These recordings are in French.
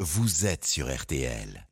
vous êtes sur RTL.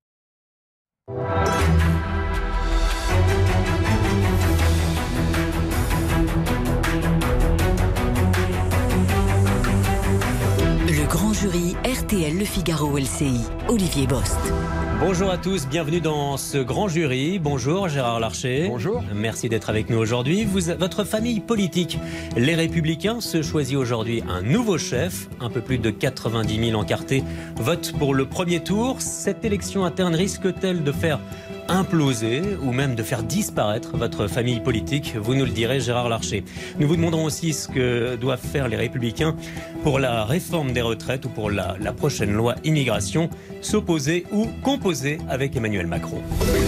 Le grand jury RTL Le Figaro LCI, Olivier Bost. Bonjour à tous, bienvenue dans ce grand jury. Bonjour Gérard Larcher. Bonjour. Merci d'être avec nous aujourd'hui. Votre famille politique, les Républicains, se choisit aujourd'hui un nouveau chef. Un peu plus de 90 000 encartés votent pour le premier tour. Cette élection interne risque-t-elle de faire imploser ou même de faire disparaître votre famille politique? Vous nous le direz, Gérard Larcher. Nous vous demanderons aussi ce que doivent faire les Républicains pour la réforme des retraites ou pour la prochaine loi immigration, s'opposer ou composer avec Emmanuel Macron.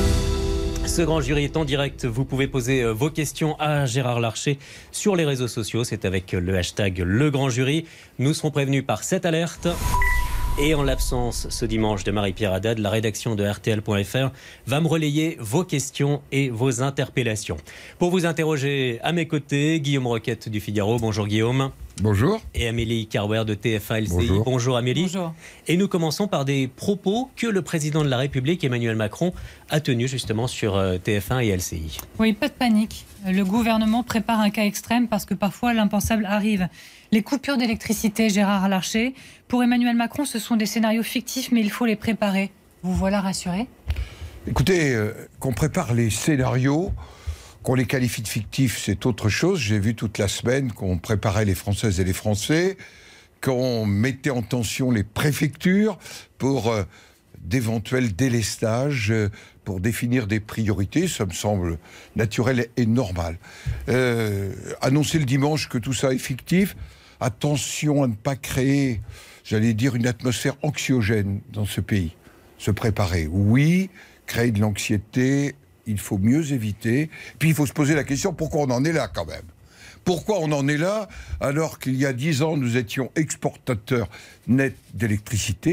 Ce grand jury est en direct. Vous pouvez poser vos questions à Gérard Larcher sur les réseaux sociaux. C'est avec le hashtag Le Grand Jury. Nous serons prévenus par cette alerte. Et en l'absence ce dimanche de Marie-Pierre Haddad, la rédaction de RTL.fr va me relayer vos questions et vos interpellations. Pour vous interroger à mes côtés, Guillaume Roquette du Figaro. Bonjour Guillaume. Bonjour. Et Amélie Carwer de TF1 LCI. Bonjour. Bonjour Amélie. Bonjour. Et nous commençons par des propos que le président de la République, Emmanuel Macron, a tenus justement sur TF1 et LCI. Oui, pas de panique. Le gouvernement prépare un cas extrême parce que parfois l'impensable arrive. Les coupures d'électricité, Gérard Larcher, pour Emmanuel Macron, ce sont des scénarios fictifs, mais il faut les préparer. Vous voilà rassuré ? Écoutez, qu'on prépare les scénarios, qu'on les qualifie de fictifs, c'est autre chose. J'ai vu toute la semaine qu'on préparait les Françaises et les Français, qu'on mettait en tension les préfectures pour d'éventuels délestages, pour définir des priorités. Ça me semble naturel et normal. Annoncer le dimanche que tout ça est fictif, attention à ne pas créer, j'allais dire, une atmosphère anxiogène dans ce pays. Se préparer, oui, créer de l'anxiété, il faut mieux éviter. Puis il faut se poser la question, pourquoi on en est là quand même ? Pourquoi on en est là alors qu'il y a 10 ans, nous étions exportateurs nets d'électricité ?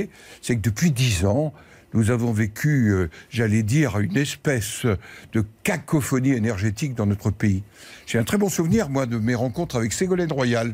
C'est que depuis 10 ans, nous avons vécu, j'allais dire, une espèce de cacophonie énergétique dans notre pays. J'ai un très bon souvenir, moi, de mes rencontres avec Ségolène Royal.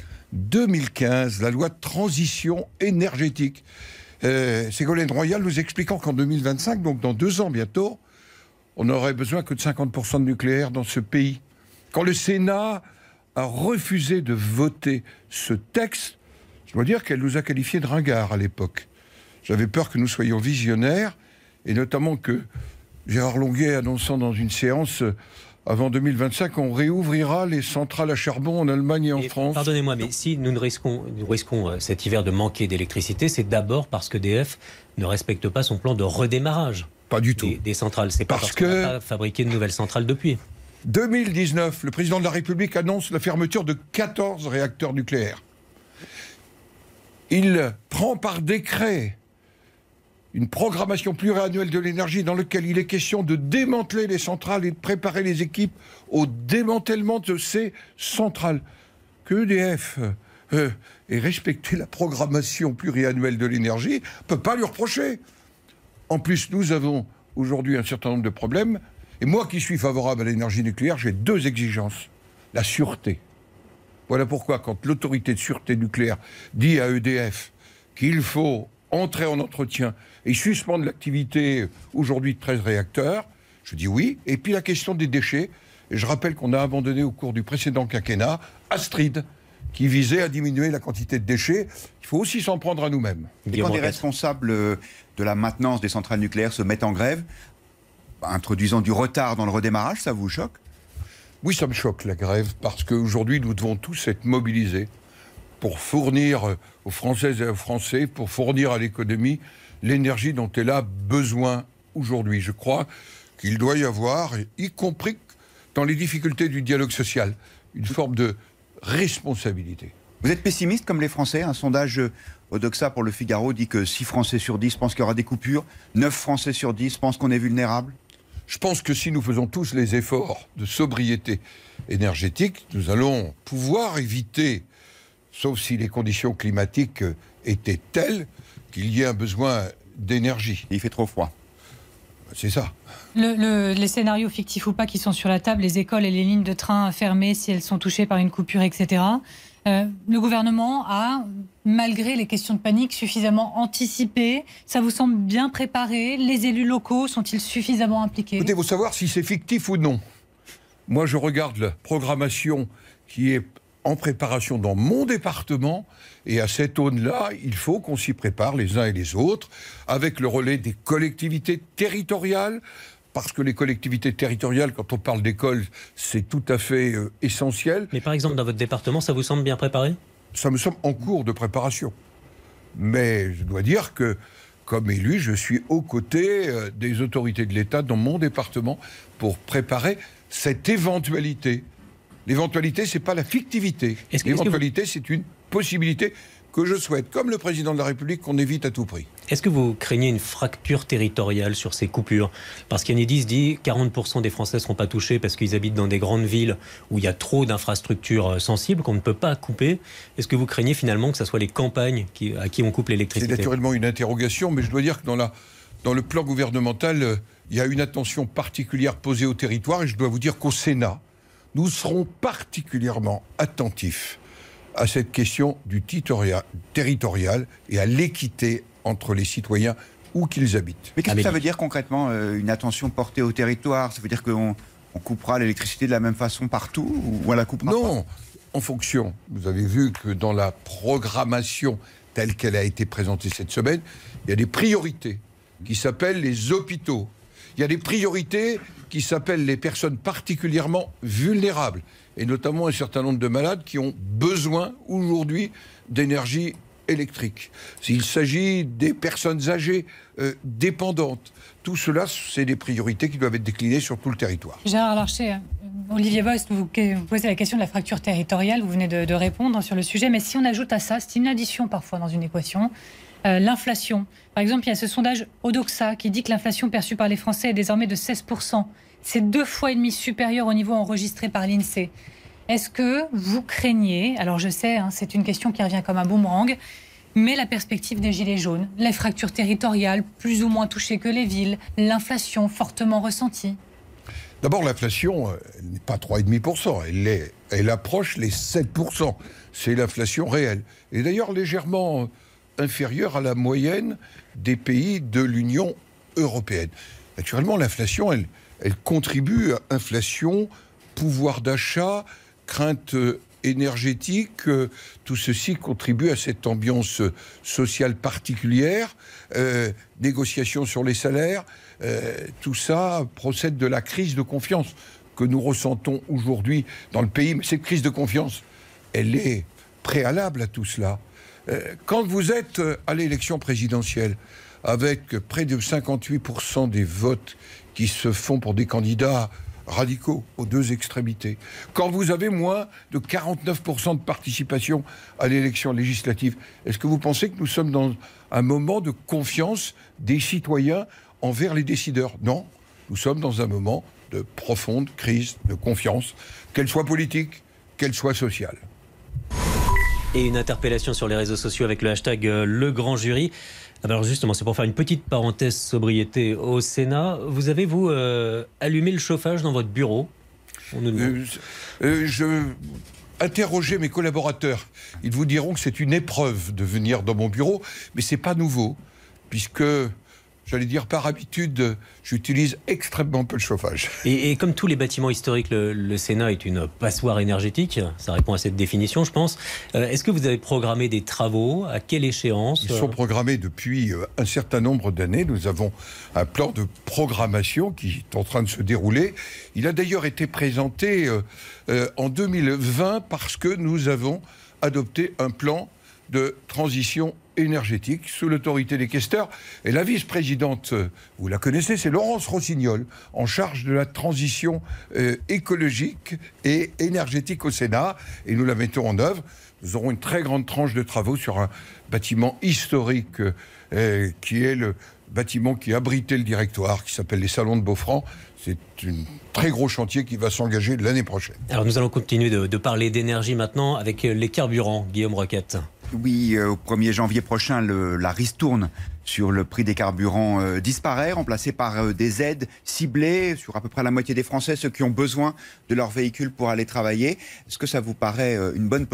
2015, la loi de transition énergétique. Ségolène Royal nous expliquant qu'en 2025, donc dans 2 ans bientôt, on n'aurait besoin que de 50% de nucléaire dans ce pays. Quand le Sénat a refusé de voter ce texte, je dois dire qu'elle nous a qualifiés de ringards à l'époque. J'avais peur que nous soyons visionnaires, et notamment que Gérard Longuet annonçant dans une séance avant 2025, on réouvrira les centrales à charbon en Allemagne et en France. Pardonnez-moi, mais si nous risquons cet hiver de manquer d'électricité, c'est d'abord parce qu'EDF ne respecte pas son plan de redémarrage. Pas du tout. Des centrales. C'est pas parce qu'on n'a pas fabriqué de nouvelles centrales depuis. 2019, le président de la République annonce la fermeture de 14 réacteurs nucléaires. Il prend par décret une programmation pluriannuelle de l'énergie dans laquelle il est question de démanteler les centrales et de préparer les équipes au démantèlement de ces centrales. Que EDF ait respecté la programmation pluriannuelle de l'énergie, on ne peut pas lui reprocher. En plus, nous avons aujourd'hui un certain nombre de problèmes. Et moi qui suis favorable à l'énergie nucléaire, j'ai 2 exigences. La sûreté. Voilà pourquoi, quand l'autorité de sûreté nucléaire dit à EDF qu'il faut entrer en entretien et suspendre l'activité aujourd'hui de 13 réacteurs, je dis oui. Et puis la question des déchets. Et je rappelle qu'on a abandonné au cours du précédent quinquennat Astrid, qui visait à diminuer la quantité de déchets. Il faut aussi s'en prendre à nous-mêmes. Et quand les responsables de la maintenance des centrales nucléaires se mettent en grève, introduisant du retard dans le redémarrage, ça vous choque ? Oui, ça me choque la grève, parce qu'aujourd'hui nous devons tous être mobilisés pour fournir aux Françaises et aux Français, pour fournir à l'économie l'énergie dont elle a besoin aujourd'hui. Je crois qu'il doit y avoir, y compris dans les difficultés du dialogue social, une forme de responsabilité. Vous êtes pessimiste comme les Français ? Un sondage Odoxa pour le Figaro dit que 6 Français sur 10 pensent qu'il y aura des coupures, 9 Français sur 10 pensent qu'on est vulnérable. Je pense que si nous faisons tous les efforts de sobriété énergétique, nous allons pouvoir éviter, sauf si les conditions climatiques étaient telles qu'il y ait un besoin d'énergie. Il fait trop froid. C'est ça. Les scénarios fictifs ou pas qui sont sur la table, les écoles et les lignes de train fermées si elles sont touchées par une coupure, etc. Le gouvernement a, malgré les questions de panique, suffisamment anticipé. Ça vous semble bien préparé? Les élus locaux sont-ils suffisamment impliqués? Écoutez, il faut savoir si c'est fictif ou non. Moi, je regarde la programmation qui est en préparation dans mon département, et à cette aune-là, il faut qu'on s'y prépare les uns et les autres, avec le relais des collectivités territoriales, parce que les collectivités territoriales, quand on parle d'école, c'est tout à fait essentiel. Mais par exemple, dans votre département, ça vous semble bien préparé? Ça me semble en cours de préparation. Mais je dois dire que, comme élu, je suis aux côtés des autorités de l'État dans mon département pour préparer cette éventualité. L'éventualité, ce n'est pas la fictivité. L'éventualité, c'est une possibilité que je souhaite, comme le président de la République, qu'on évite à tout prix. Est-ce que vous craignez une fracture territoriale sur ces coupures? Parce qu'Enedis dit 40% des Français ne seront pas touchés parce qu'ils habitent dans des grandes villes où il y a trop d'infrastructures sensibles qu'on ne peut pas couper. Est-ce que vous craignez finalement que ce soit les campagnes à qui on coupe l'électricité? C'est naturellement une interrogation, mais je dois dire que dans le plan gouvernemental, il y a une attention particulière posée au territoire, et je dois vous dire qu'au Sénat, nous serons particulièrement attentifs à cette question du territorial et à l'équité entre les citoyens où qu'ils habitent. Mais qu'est-ce que ça veut dire concrètement, une attention portée au territoire? Ça veut dire qu'on coupera l'électricité de la même façon partout, ou on la coupera pas? Non, en fonction. Vous avez vu que dans la programmation telle qu'elle a été présentée cette semaine, il y a des priorités qui s'appellent les hôpitaux. Il y a des priorités qui s'appellent les personnes particulièrement vulnérables, et notamment un certain nombre de malades qui ont besoin aujourd'hui d'énergie électrique. S'il s'agit des personnes âgées, dépendantes, tout cela, c'est des priorités qui doivent être déclinées sur tout le territoire. Gérard Larcher, Olivier Bost, vous posez la question de la fracture territoriale, vous venez de répondre sur le sujet, mais si on ajoute à ça, c'est une addition parfois dans une équation, l'inflation. Par exemple, il y a ce sondage Odoxa qui dit que l'inflation perçue par les Français est désormais de 16%. C'est 2,5 fois supérieur au niveau enregistré par l'INSEE. Est-ce que vous craignez, alors je sais, c'est une question qui revient comme un boomerang, mais la perspective des gilets jaunes, les fractures territoriales plus ou moins touchées que les villes, l'inflation fortement ressentie? D'abord, l'inflation, elle n'est pas 3,5%, elle approche les 7%. C'est l'inflation réelle. Et d'ailleurs légèrement inférieure à la moyenne des pays de l'Union européenne. Naturellement, l'inflation, elle contribue à inflation, pouvoir d'achat, crainte énergétique, tout ceci contribue à cette ambiance sociale particulière, négociations sur les salaires, tout ça procède de la crise de confiance que nous ressentons aujourd'hui dans le pays. Mais cette crise de confiance, elle est préalable à tout cela. Quand vous êtes à l'élection présidentielle, avec près de 58% des votes qui se font pour des candidats radicaux aux deux extrémités, quand vous avez moins de 49% de participation à l'élection législative, est-ce que vous pensez que nous sommes dans un moment de confiance des citoyens envers les décideurs? Non, nous sommes dans un moment de profonde crise de confiance, qu'elle soit politique, qu'elle soit sociale. Et une interpellation sur les réseaux sociaux avec le hashtag Le Grand Jury. Alors justement, c'est pour faire une petite parenthèse sobriété au Sénat. Vous avez, vous, allumé le chauffage dans votre bureau? Je interrogez mes collaborateurs. Ils vous diront que c'est une épreuve de venir dans mon bureau, mais c'est pas nouveau, puisque, j'allais dire par habitude, j'utilise extrêmement peu le chauffage. Et comme tous les bâtiments historiques, le Sénat est une passoire énergétique. Ça répond à cette définition, je pense. Est-ce que vous avez programmé des travaux? À quelle échéance? Ils sont programmés depuis un certain nombre d'années. Nous avons un plan de programmation qui est en train de se dérouler. Il a d'ailleurs été présenté en 2020 parce que nous avons adopté un plan de transition énergétique sous l'autorité des questeurs. Et la vice-présidente, vous la connaissez, c'est Laurence Rossignol, en charge de la transition écologique et énergétique au Sénat. Et nous la mettons en œuvre. Nous aurons une très grande tranche de travaux sur un bâtiment historique qui est le bâtiment qui abritait le directoire, qui s'appelle les Salons de Beaufranc. C'est un très gros chantier qui va s'engager l'année prochaine. Alors nous allons continuer de parler d'énergie maintenant avec les carburants, Guillaume Roquette. Oui, au 1er janvier prochain, la ristourne sur le prix des carburants disparaît, remplacée par des aides ciblées sur à peu près la moitié des Français, ceux qui ont besoin de leur véhicule pour aller travailler. Est-ce que ça vous paraît une bonne politique ?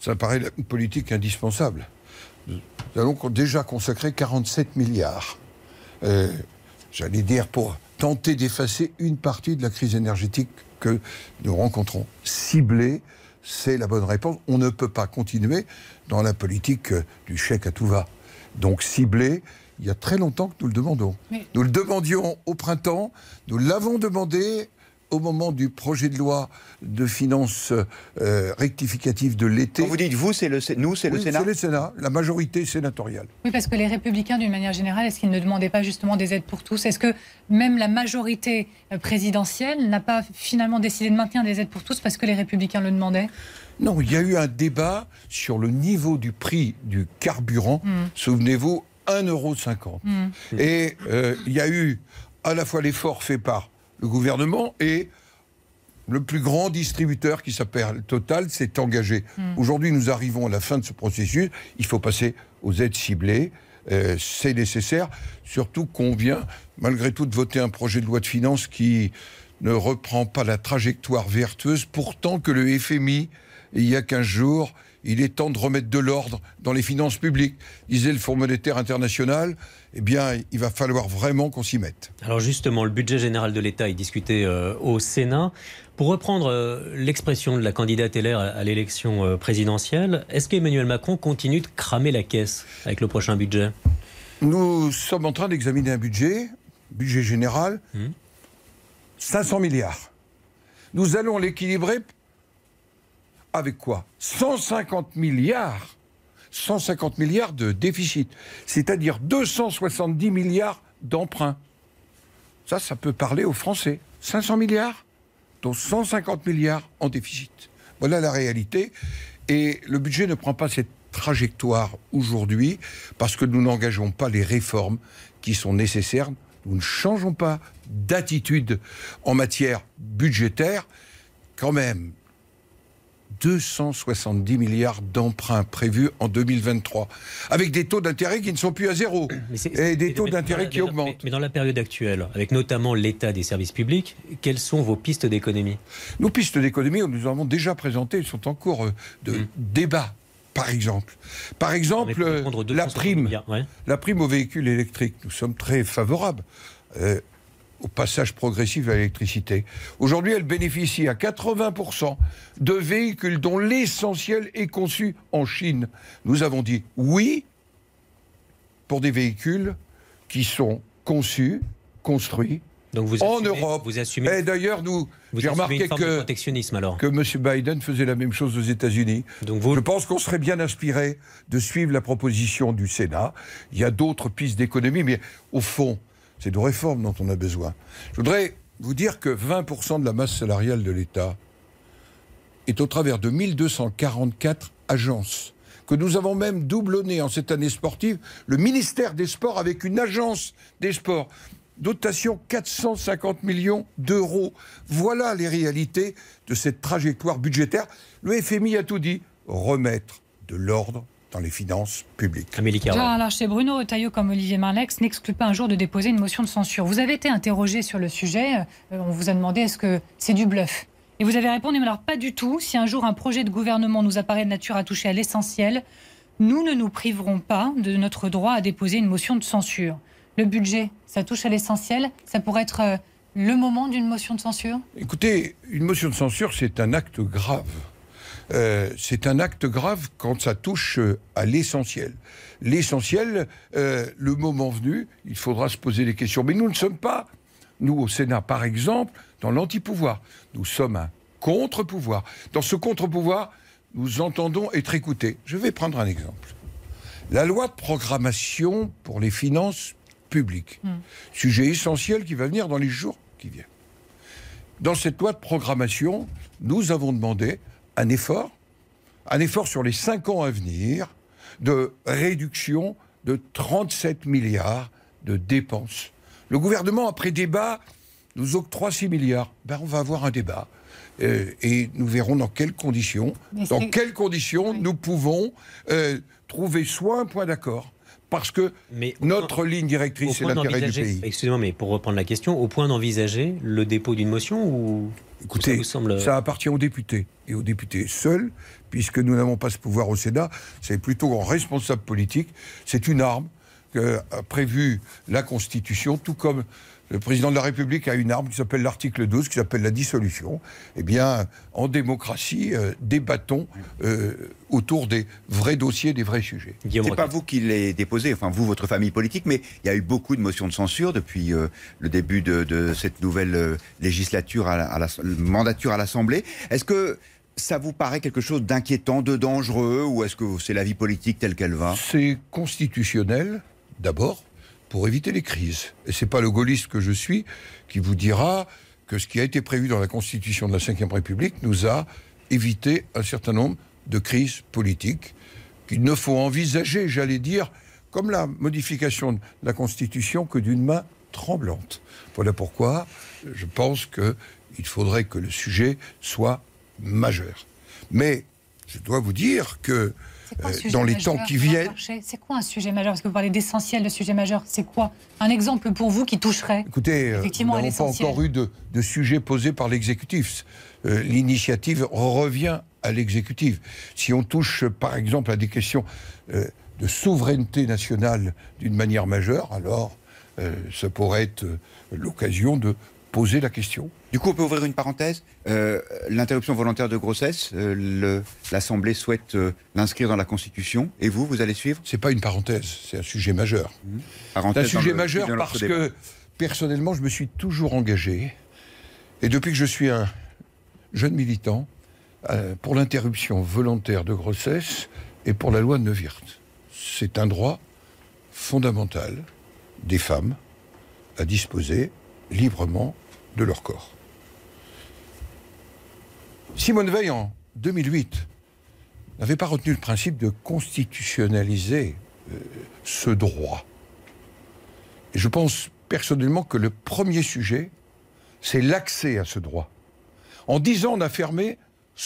Ça paraît une politique indispensable. Nous allons déjà consacrer 47 milliards, j'allais dire, pour tenter d'effacer une partie de la crise énergétique que nous rencontrons. Cibler, c'est la bonne réponse. On ne peut pas continuer dans la politique du chèque à tout va. Donc cibler, il y a très longtemps que nous le demandons. Mais... Nous le demandions au printemps, nous l'avons demandé au moment du projet de loi de finances rectificative de l'été. Quand vous dites vous, c'est le Sénat. C'est le Sénat, la majorité sénatoriale. Oui, parce que les Républicains, d'une manière générale, est-ce qu'ils ne demandaient pas justement des aides pour tous? Est-ce que même la majorité présidentielle n'a pas finalement décidé de maintenir des aides pour tous parce que les Républicains le demandaient? Non, il y a eu un débat sur le niveau du prix du carburant. Souvenez-vous, 1,50 €. Et il y a eu à la fois l'effort fait par le gouvernement et le plus grand distributeur qui s'appelle Total s'est engagé. Aujourd'hui, nous arrivons à la fin de ce processus. Il faut passer aux aides ciblées. C'est nécessaire, surtout qu'on vient, malgré tout, de voter un projet de loi de finances qui ne reprend pas la trajectoire vertueuse, pourtant que le FMI, il y a 15 jours, il est temps de remettre de l'ordre dans les finances publiques. Disait le Fonds monétaire international, eh bien, il va falloir vraiment qu'on s'y mette. Alors justement, le budget général de l'État est discuté au Sénat. Pour reprendre l'expression de la candidate LR à l'élection présidentielle, est-ce qu'Emmanuel Macron continue de cramer la caisse avec le prochain budget? Nous sommes en train d'examiner un budget général, 500 milliards. Nous allons l'équilibrer avec quoi? 150 milliards de déficit, c'est-à-dire 270 milliards d'emprunts. Ça peut parler aux Français. 500 milliards, dont 150 milliards en déficit. Voilà la réalité. Et le budget ne prend pas cette trajectoire aujourd'hui parce que nous n'engageons pas les réformes qui sont nécessaires. Nous ne changeons pas d'attitude en matière budgétaire. Quand même, 270 milliards d'emprunts prévus en 2023, avec des taux d'intérêt qui ne sont plus à zéro, et des taux d'intérêt qui augmentent. Mais dans la période actuelle, avec notamment l'état des services publics, quelles sont vos pistes d'économie? Nos pistes d'économie, nous avons déjà présenté, elles sont en cours de débat. Par exemple, la prime aux véhicules électriques, nous sommes très favorables au passage progressif à l'électricité. Aujourd'hui, elle bénéficie à 80% de véhicules dont l'essentiel est conçu en Chine. Nous avons dit oui pour des véhicules qui sont conçus, construits donc vous en assumez, Europe. Vous assumez, et d'ailleurs, j'ai remarqué que M. Biden faisait la même chose aux États-Unis. Je pense qu'on serait bien inspiré de suivre la proposition du Sénat. Il y a d'autres pistes d'économie, mais au fond, c'est de réformes dont on a besoin. Je voudrais vous dire que 20% de la masse salariale de l'État est au travers de 1244 agences, que nous avons même doublonné en cette année sportive le ministère des Sports avec une agence des sports. Dotation 450 millions d'euros. Voilà les réalités de cette trajectoire budgétaire. Le FMI a tout dit. Remettre de l'ordre dans les finances publiques. Gérard Larcher, Bruno Retailleau comme Olivier Marleix n'excluent pas un jour de déposer une motion de censure. Vous avez été interrogé sur le sujet. On vous a demandé est-ce que c'est du bluff? Et vous avez répondu mais alors pas du tout. Si un jour un projet de gouvernement nous apparaît de nature à toucher à l'essentiel, nous ne nous priverons pas de notre droit à déposer une motion de censure. Le budget, ça touche à l'essentiel. Ça pourrait être le moment d'une motion de censure? Écoutez, une motion de censure, c'est un acte grave. C'est un acte grave quand ça touche à l'essentiel. L'essentiel, le moment venu, il faudra se poser les questions. Mais nous ne sommes pas, nous au Sénat par exemple, dans l'anti-pouvoir. Nous sommes un contre-pouvoir. Dans ce contre-pouvoir, nous entendons être écoutés. Je vais prendre un exemple. La loi de programmation pour les finances publiques. Sujet essentiel qui va venir dans les jours qui viennent. Dans cette loi de programmation, nous avons demandé un effort sur les 5 ans à venir de réduction de 37 milliards de dépenses. Le gouvernement, après débat, nous octroie 6 milliards. On va avoir un débat et nous verrons dans quelles conditions, nous pouvons trouver soit un point d'accord, parce que notre ligne directrice, c'est l'intérêt du pays. Excusez-moi, mais pour reprendre la question, au point d'envisager le dépôt d'une motion ou... Écoutez, ça appartient aux députés, et aux députés seuls, puisque nous n'avons pas ce pouvoir au Sénat, c'est plutôt un responsable politique, c'est une arme qu'a prévue la Constitution, tout comme le président de la République a une arme qui s'appelle l'article 12, qui s'appelle la dissolution. Eh bien, en démocratie, débattons autour des vrais dossiers, des vrais sujets. C'est pas vous qui l'avez déposé, enfin vous, votre famille politique, mais il y a eu beaucoup de motions de censure depuis le début de cette nouvelle législature, mandature à l'Assemblée. Est-ce que ça vous paraît quelque chose d'inquiétant, de dangereux, ou est-ce que c'est la vie politique telle qu'elle va? C'est constitutionnel, d'abord, pour éviter les crises. Et c'est pas le gaulliste que je suis qui vous dira que ce qui a été prévu dans la Constitution de la Ve République nous a évité un certain nombre de crises politiques qu'il ne faut envisager, j'allais dire, comme la modification de la Constitution, que d'une main tremblante. Voilà pourquoi je pense qu'il faudrait que le sujet soit majeur. Mais je dois vous dire que dans les temps qui viennent... C'est quoi un sujet majeur? Parce que vous parlez d'essentiel, de sujet majeur. C'est quoi un exemple pour vous qui toucherait effectivement à l'essentiel? Nous n'avons pas encore eu de sujet posé par l'exécutif. L'initiative revient à l'exécutif. Si on touche, par exemple, à des questions de souveraineté nationale d'une manière majeure, alors ça pourrait être l'occasion de poser la question. Du coup, on peut ouvrir une parenthèse. L'interruption volontaire de grossesse, l'Assemblée souhaite l'inscrire dans la Constitution. Et vous allez suivre? C'est pas une parenthèse, c'est un sujet majeur. C'est un sujet majeur parce que, personnellement, je me suis toujours engagé, et depuis que je suis un jeune militant, pour l'interruption volontaire de grossesse et pour la loi Neuwirth. C'est un droit fondamental des femmes à disposer librement de leur corps. Simone Veil, en 2008, n'avait pas retenu le principe de constitutionnaliser ce droit. Et je pense personnellement que le premier sujet, c'est l'accès à ce droit. En 10 ans, on a fermé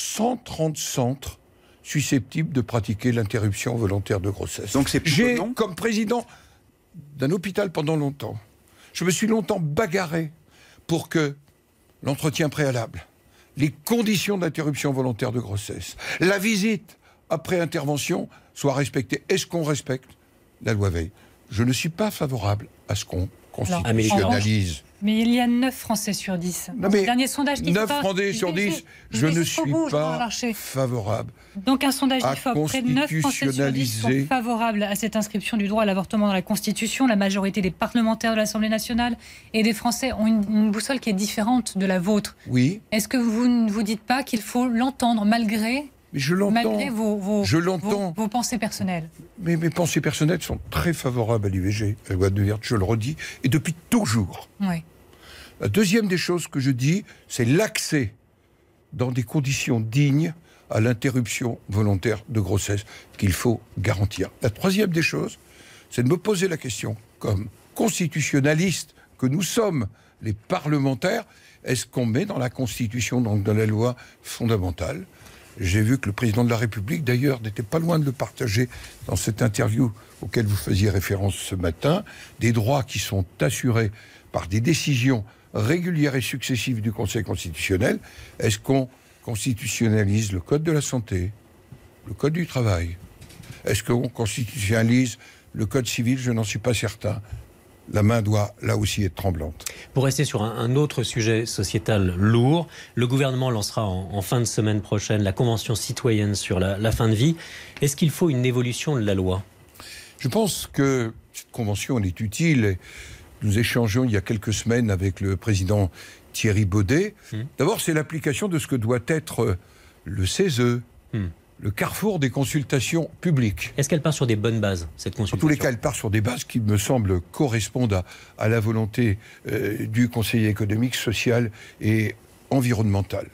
130 centres susceptibles de pratiquer l'interruption volontaire de grossesse. Donc c'est J'ai, comme président d'un hôpital pendant longtemps, je me suis longtemps bagarré pour que l'entretien préalable, les conditions d'interruption volontaire de grossesse, la visite après intervention soient respectées. Est-ce qu'on respecte la loi Veil? Je ne suis pas favorable à ce qu'on constitutionnalise. Mais il y a 9 Français sur 10. Non, mais le dernier sondage qui 9 Français sur 10, je ne suis pas favorable. Donc un sondage IFOP, près de 9 Français sur 10 sont favorables à cette inscription du droit à l'avortement dans la Constitution. La majorité des parlementaires de l'Assemblée nationale et des Français ont une boussole qui est différente de la vôtre. Oui. Est-ce que vous ne vous dites pas qu'il faut l'entendre malgré... Mais je l'entends. Malgré vos pensées personnelles. Mais mes pensées personnelles sont très favorables à l'IVG, à la loi Neuwirth, je le redis, et depuis toujours. Oui. La deuxième des choses que je dis, c'est l'accès dans des conditions dignes à l'interruption volontaire de grossesse qu'il faut garantir. La troisième des choses, c'est de me poser la question, comme constitutionnaliste que nous sommes, les parlementaires, est-ce qu'on met dans la Constitution, donc dans la loi fondamentale? J'ai vu que le président de la République, d'ailleurs, n'était pas loin de le partager dans cette interview auquel vous faisiez référence ce matin, des droits qui sont assurés par des décisions régulières et successives du Conseil constitutionnel. Est-ce qu'on constitutionnalise le Code de la santé, le Code du travail? Est-ce qu'on constitutionnalise le Code civil? Je n'en suis pas certain. La main doit, là aussi, être tremblante. Pour rester sur un autre sujet sociétal lourd, le gouvernement lancera en fin de semaine prochaine la Convention citoyenne sur la fin de vie. Est-ce qu'il faut une évolution de la loi? Je pense que cette convention, elle est utile. Nous échangeons il y a quelques semaines avec le président Thierry Baudet. D'abord, c'est l'application de ce que doit être le CESE, le carrefour des consultations publiques. Est-ce qu'elle part sur des bonnes bases, cette consultation? En tous les cas, elle part sur des bases qui me semblent correspondre à la volonté du Conseil économique, social et environnemental.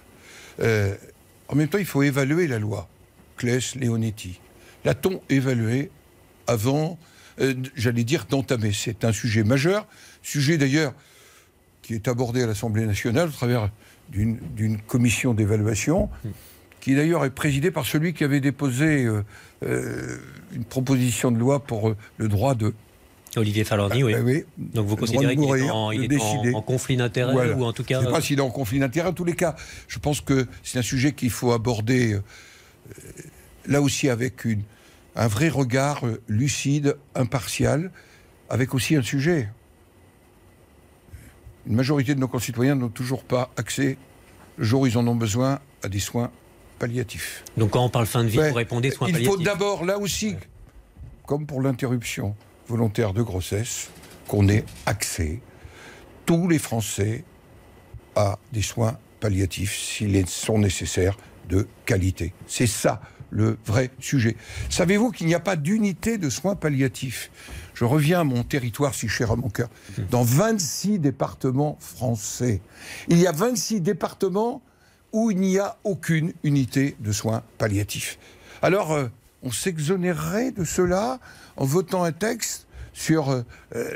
En même temps, il faut évaluer la loi. Claes Leonetti. L'a-t-on évalué avant, j'allais dire, d'entamer? C'est un sujet majeur, sujet d'ailleurs qui est abordé à l'Assemblée nationale au travers d'une commission d'évaluation, qui d'ailleurs est présidée par celui qui avait déposé une proposition de loi pour le droit de Olivier Falardy, oui. Oui. Donc vous considérez qu'il est en conflit d'intérêts, voilà. ou en tout cas... Je ne sais pas s'il est en conflit d'intérêts. En tous les cas, je pense que c'est un sujet qu'il faut aborder là aussi avec un vrai regard lucide, impartial, avec aussi un sujet. Une majorité de nos concitoyens n'ont toujours pas accès, le jour où ils en ont besoin, à des soins palliatifs. Donc quand on parle fin de vie, vous répondez soins palliatifs. Il faut d'abord, là aussi, comme pour l'interruption volontaire de grossesse, qu'on ait accès, tous les Français, à des soins palliatifs, s'ils sont nécessaires, de qualité. C'est ça le vrai sujet. Savez-vous qu'il n'y a pas d'unité de soins palliatifs ? Je reviens à mon territoire si cher à mon cœur. Dans 26 départements français, il y a 26 départements où il n'y a aucune unité de soins palliatifs. Alors, on s'exonérerait de cela en votant un texte sur,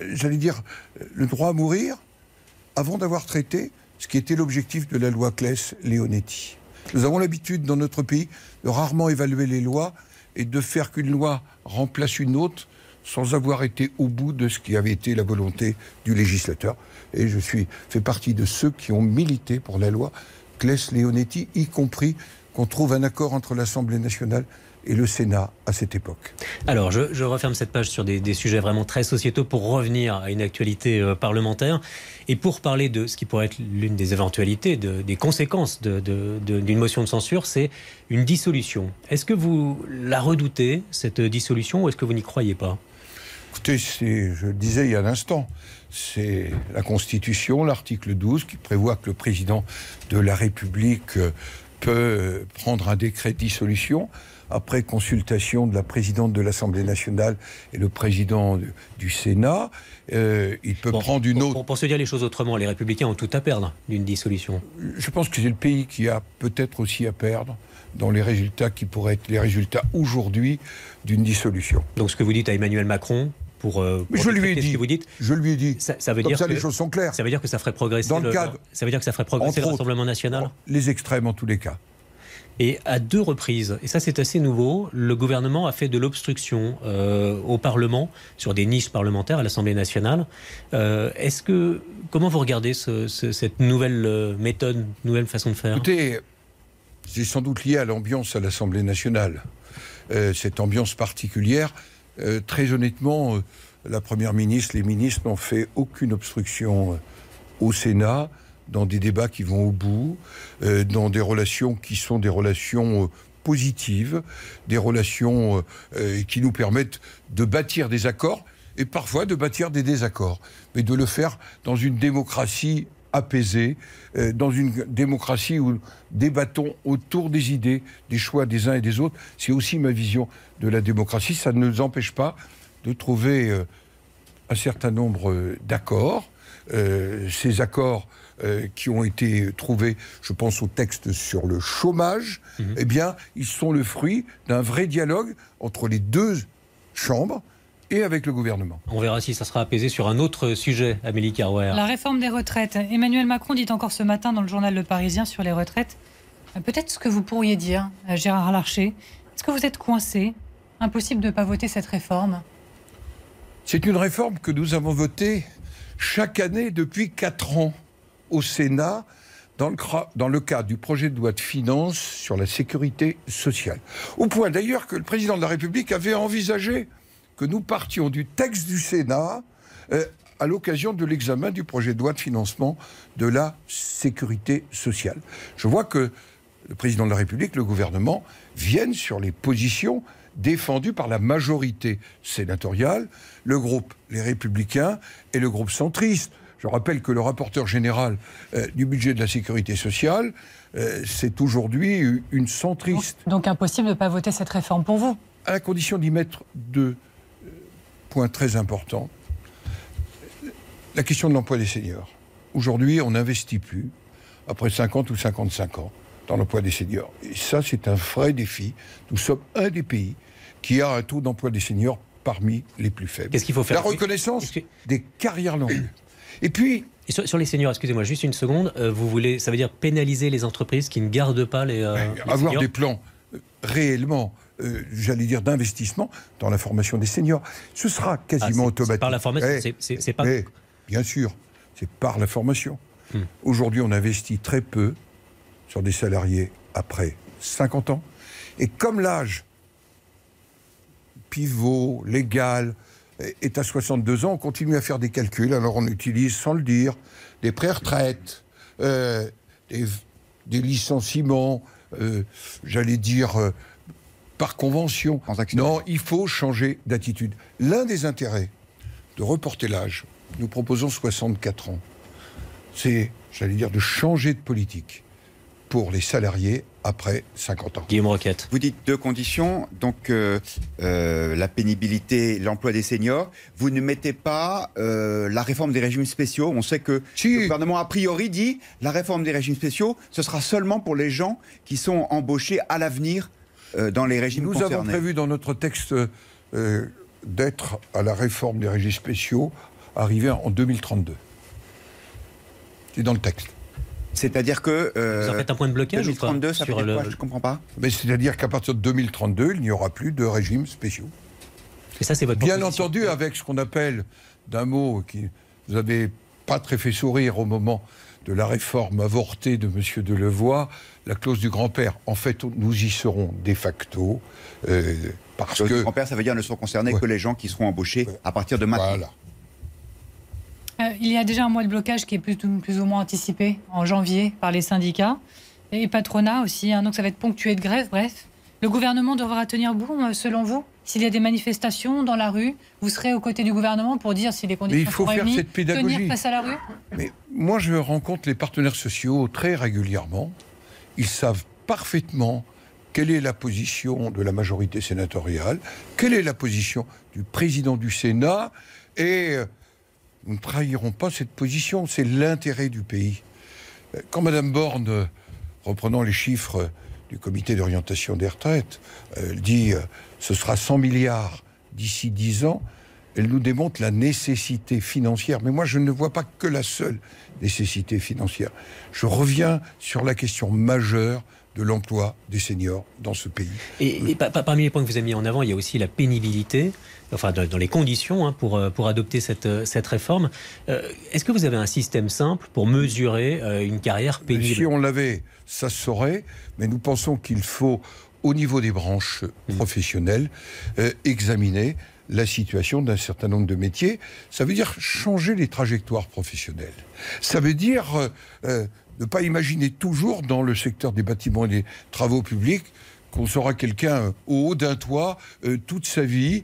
le droit à mourir, avant d'avoir traité ce qui était l'objectif de la loi Claes-Leonetti. Nous avons l'habitude dans notre pays de rarement évaluer les lois et de faire qu'une loi remplace une autre sans avoir été au bout de ce qui avait été la volonté du législateur. Et je fais partie de ceux qui ont milité pour la loi Claes-Leonetti, y compris qu'on trouve un accord entre l'Assemblée nationale et le Sénat à cette époque. Alors, je referme cette page sur des sujets vraiment très sociétaux pour revenir à une actualité parlementaire et pour parler de ce qui pourrait être l'une des éventualités, des conséquences d'une motion de censure, c'est une dissolution. Est-ce que vous la redoutez, cette dissolution, ou est-ce que vous n'y croyez pas ? Écoutez, je le disais il y a un instant, c'est la Constitution, l'article 12, qui prévoit que le président de la République peut prendre un décret de dissolution après consultation de la présidente de l'Assemblée nationale et le président du Sénat. Il peut prendre une autre... Pour se dire les choses autrement, les Républicains ont tout à perdre d'une dissolution. Je pense que c'est le pays qui a peut-être aussi à perdre dans les résultats qui pourraient être les résultats aujourd'hui d'une dissolution. Donc ce que vous dites à Emmanuel Macron... je lui ai dit. Ce que vous dites, je lui ai dit. Ça veut comme dire ça, que les choses sont claires. Ça veut dire que ça ferait progresser ça veut dire que ça ferait progresser le Rassemblement national. Les extrêmes en tous les cas. Et à 2 reprises, et ça c'est assez nouveau, le gouvernement a fait de l'obstruction au Parlement sur des niches parlementaires à l'Assemblée nationale. Comment vous regardez cette nouvelle méthode, nouvelle façon de faire ? Écoutez, c'est sans doute lié à l'ambiance à l'Assemblée nationale. Cette ambiance particulière. Très honnêtement, la Première ministre, les ministres n'ont fait aucune obstruction au Sénat, dans des débats qui vont au bout, dans des relations qui sont des relations positives, des relations qui nous permettent de bâtir des accords et parfois de bâtir des désaccords, mais de le faire dans une démocratie apaisée, dans une démocratie où nous débattons autour des idées, des choix des uns et des autres. C'est aussi ma vision de la démocratie. Ça ne nous empêche pas de trouver un certain nombre d'accords. Ces accords qui ont été trouvés, je pense au texte sur le chômage, eh bien, ils sont le fruit d'un vrai dialogue entre les 2 chambres et avec le gouvernement. On verra si ça sera apaisé sur un autre sujet, Amélie Carrouer. La réforme des retraites. Emmanuel Macron dit encore ce matin dans le journal Le Parisien sur les retraites, peut-être ce que vous pourriez dire, Gérard Larcher, est-ce que vous êtes coincé ? Impossible de ne pas voter cette réforme ? C'est une réforme que nous avons votée chaque année depuis 4 ans au Sénat, dans le cadre du projet de loi de finances sur la sécurité sociale. Au point d'ailleurs que le président de la République avait envisagé que nous partions du texte du Sénat à l'occasion de l'examen du projet de loi de financement de la sécurité sociale. Je vois que le président de la République, le gouvernement, viennent sur les positions défendues par la majorité sénatoriale, le groupe Les Républicains et le groupe centriste. Je rappelle que le rapporteur général du budget de la sécurité sociale, c'est aujourd'hui une centriste. Donc impossible de ne pas voter cette réforme pour vous ? À la condition d'y mettre 2 points très importants. La question de l'emploi des seniors. Aujourd'hui, on n'investit plus, après 50 ou 55 ans, dans l'emploi des seniors. Et ça, c'est un vrai défi. Nous sommes un des pays qui a un taux d'emploi des seniors parmi les plus faibles. Qu'est-ce qu'il faut faire ? La reconnaissance des carrières longues. Et puis... Et sur les seniors, excusez-moi, juste une seconde, ça veut dire pénaliser les entreprises qui ne gardent pas les avoir seniors. des plans réellement j'allais dire, d'investissement dans la formation des seniors. Ce sera quasiment automatique. C'est par la formation, c'est pas... Bien sûr, c'est par la formation. Aujourd'hui, on investit très peu sur des salariés après 50 ans. Et comme l'âge pivot, légal, est à 62 ans, on continue à faire des calculs. Alors on utilise, sans le dire, des pré-retraites, des licenciements, j'allais dire, par convention. Non, il faut changer d'attitude. L'un des intérêts de reporter l'âge, nous proposons 64 ans, c'est, j'allais dire, de changer de politique pour les salariés après 50 ans. Guillaume Roquette. Vous dites 2 conditions, donc la pénibilité, l'emploi des seniors. Vous ne mettez pas la réforme des régimes spéciaux. On sait que le gouvernement, a priori, dit la réforme des régimes spéciaux, ce sera seulement pour les gens qui sont embauchés à l'avenir dans les régimes concernés. Nous avons prévu dans notre texte d'être à la réforme des régimes spéciaux arrivé en 2032. C'est dans le texte. C'est-à-dire que... vous en faites un point de blocage 2032, ou pas ça veut dire quoi ? Je ne comprends pas. Mais c'est-à-dire qu'à partir de 2032, il n'y aura plus de régimes spéciaux. Et ça, c'est votre Bien proposition. entendu, avec ce qu'on appelle, d'un mot qui vous avez pas très fait sourire au moment de la réforme avortée de M. Delevoye, la clause du grand-père. En fait, nous y serons de facto, parce que... Le grand-père, ça veut dire ne sont concernés que les gens qui seront embauchés à partir de maintenant. Voilà. Il y a déjà un mois de blocage qui est plus ou moins anticipé en janvier par les syndicats et patronat aussi, donc ça va être ponctué de grève. Bref, le gouvernement devra tenir bon, selon vous. S'il y a des manifestations dans la rue, vous serez aux côtés du gouvernement pour dire si les conditions sont réunies, il faut faire cette pédagogie. tenir face à la rue. Mais moi, je rencontre les partenaires sociaux très régulièrement. Ils savent parfaitement quelle est la position de la majorité sénatoriale, quelle est la position du président du Sénat, et nous ne trahirons pas cette position, c'est l'intérêt du pays. Quand Mme Borne, reprenant les chiffres du comité d'orientation des retraites, elle dit ce sera 100 milliards d'ici 10 ans, elle nous démontre la nécessité financière. Mais moi, je ne vois pas que la seule nécessité financière. Je reviens sur la question majeure de l'emploi des seniors dans ce pays. Et parmi les points que vous avez mis en avant, il y a aussi la pénibilité, enfin dans les conditions pour adopter cette réforme. Est-ce que vous avez un système simple pour mesurer une carrière pénible ? Si on l'avait, ça se saurait, mais nous pensons qu'il faut, au niveau des branches professionnelles, examiner la situation d'un certain nombre de métiers. Ça veut dire changer les trajectoires professionnelles. Ça veut dire ne pas imaginer toujours dans le secteur des bâtiments et des travaux publics qu'on sera quelqu'un au haut d'un toit toute sa vie,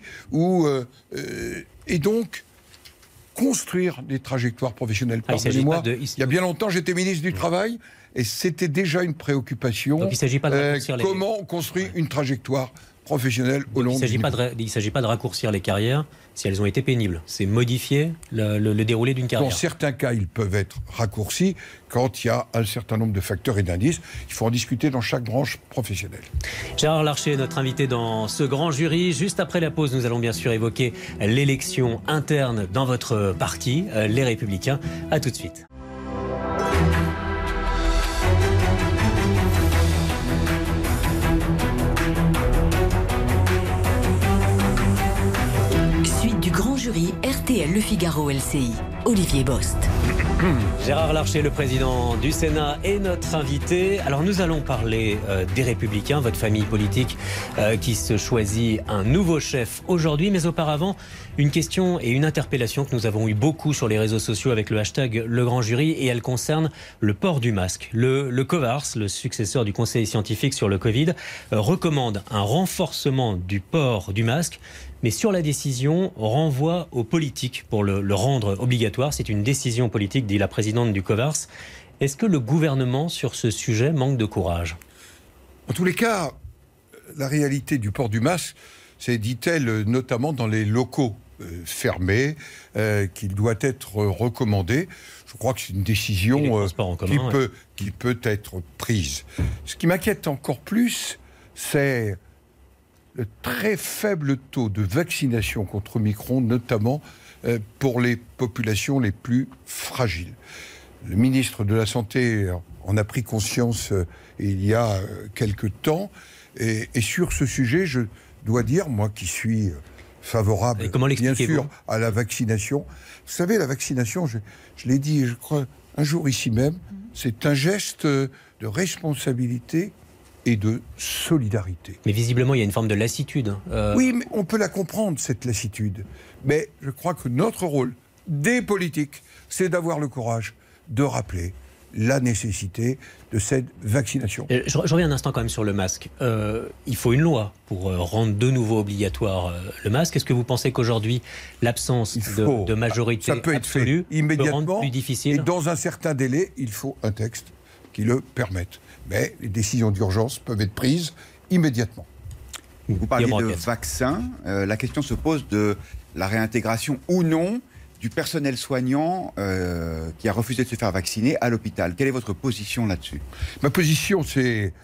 et donc construire des trajectoires professionnelles. Pardonnez-moi, il y a bien longtemps, j'étais ministre du Travail, et c'était déjà une préoccupation. Donc il ne s'agit pas de raccourcir comment on construit une trajectoire professionnelle au long du Il ne s'agit pas de raccourcir les carrières si elles ont été pénibles. C'est modifier le déroulé d'une carrière. Dans certains cas, ils peuvent être raccourcis quand il y a un certain nombre de facteurs et d'indices. Il faut en discuter dans chaque branche professionnelle. Gérard Larcher est notre invité dans ce grand jury. Juste après la pause, nous allons bien sûr évoquer l'élection interne dans votre parti, Les Républicains. À tout de suite. Jury RTL Le Figaro LCI. Olivier Bost. Gérard Larcher, le président du Sénat, est notre invité. Alors nous allons parler des Républicains, votre famille politique qui se choisit un nouveau chef aujourd'hui. Mais auparavant, une question et une interpellation que nous avons eu beaucoup sur les réseaux sociaux avec le hashtag Le Grand Jury, et elle concerne le port du masque. Le COVARS, le successeur du Conseil scientifique sur le Covid, recommande un renforcement du port du masque. Mais sur la décision, renvoie aux politiques pour le rendre obligatoire. C'est une décision politique, dit la présidente du COVARS. Est-ce que le gouvernement, sur ce sujet, manque de courage ? En tous les cas, la réalité du port du masque, c'est, dit-elle, notamment dans les locaux fermés, qu'il doit être recommandé. Je crois que c'est une décision qui peut être prise. Ce qui m'inquiète encore plus, c'est le très faible taux de vaccination contre Omicron, notamment pour les populations les plus fragiles. Le ministre de la Santé en a pris conscience il y a quelque temps, Et sur ce sujet, je dois dire, moi qui suis favorable, bien sûr, à la vaccination. Vous savez, la vaccination, je l'ai dit, je crois, un jour ici même, c'est un geste de responsabilité et de solidarité. Mais visiblement, il y a une forme de lassitude. Oui, mais on peut la comprendre, cette lassitude. Mais je crois que notre rôle, des politiques, c'est d'avoir le courage de rappeler la nécessité de cette vaccination. Je reviens un instant quand même sur le masque. Il faut une loi pour rendre de nouveau obligatoire le masque. Est-ce que vous pensez qu'aujourd'hui, l'absence de majorité absolue peut rendre plus difficile ? Et dans un certain délai, il faut un texte qui le permette. Mais les décisions d'urgence peuvent être prises immédiatement. Vous parliez de vaccins. La question se pose de la réintégration ou non du personnel soignant qui a refusé de se faire vacciner à l'hôpital. Quelle est votre position là-dessus ? Ma position, c'est...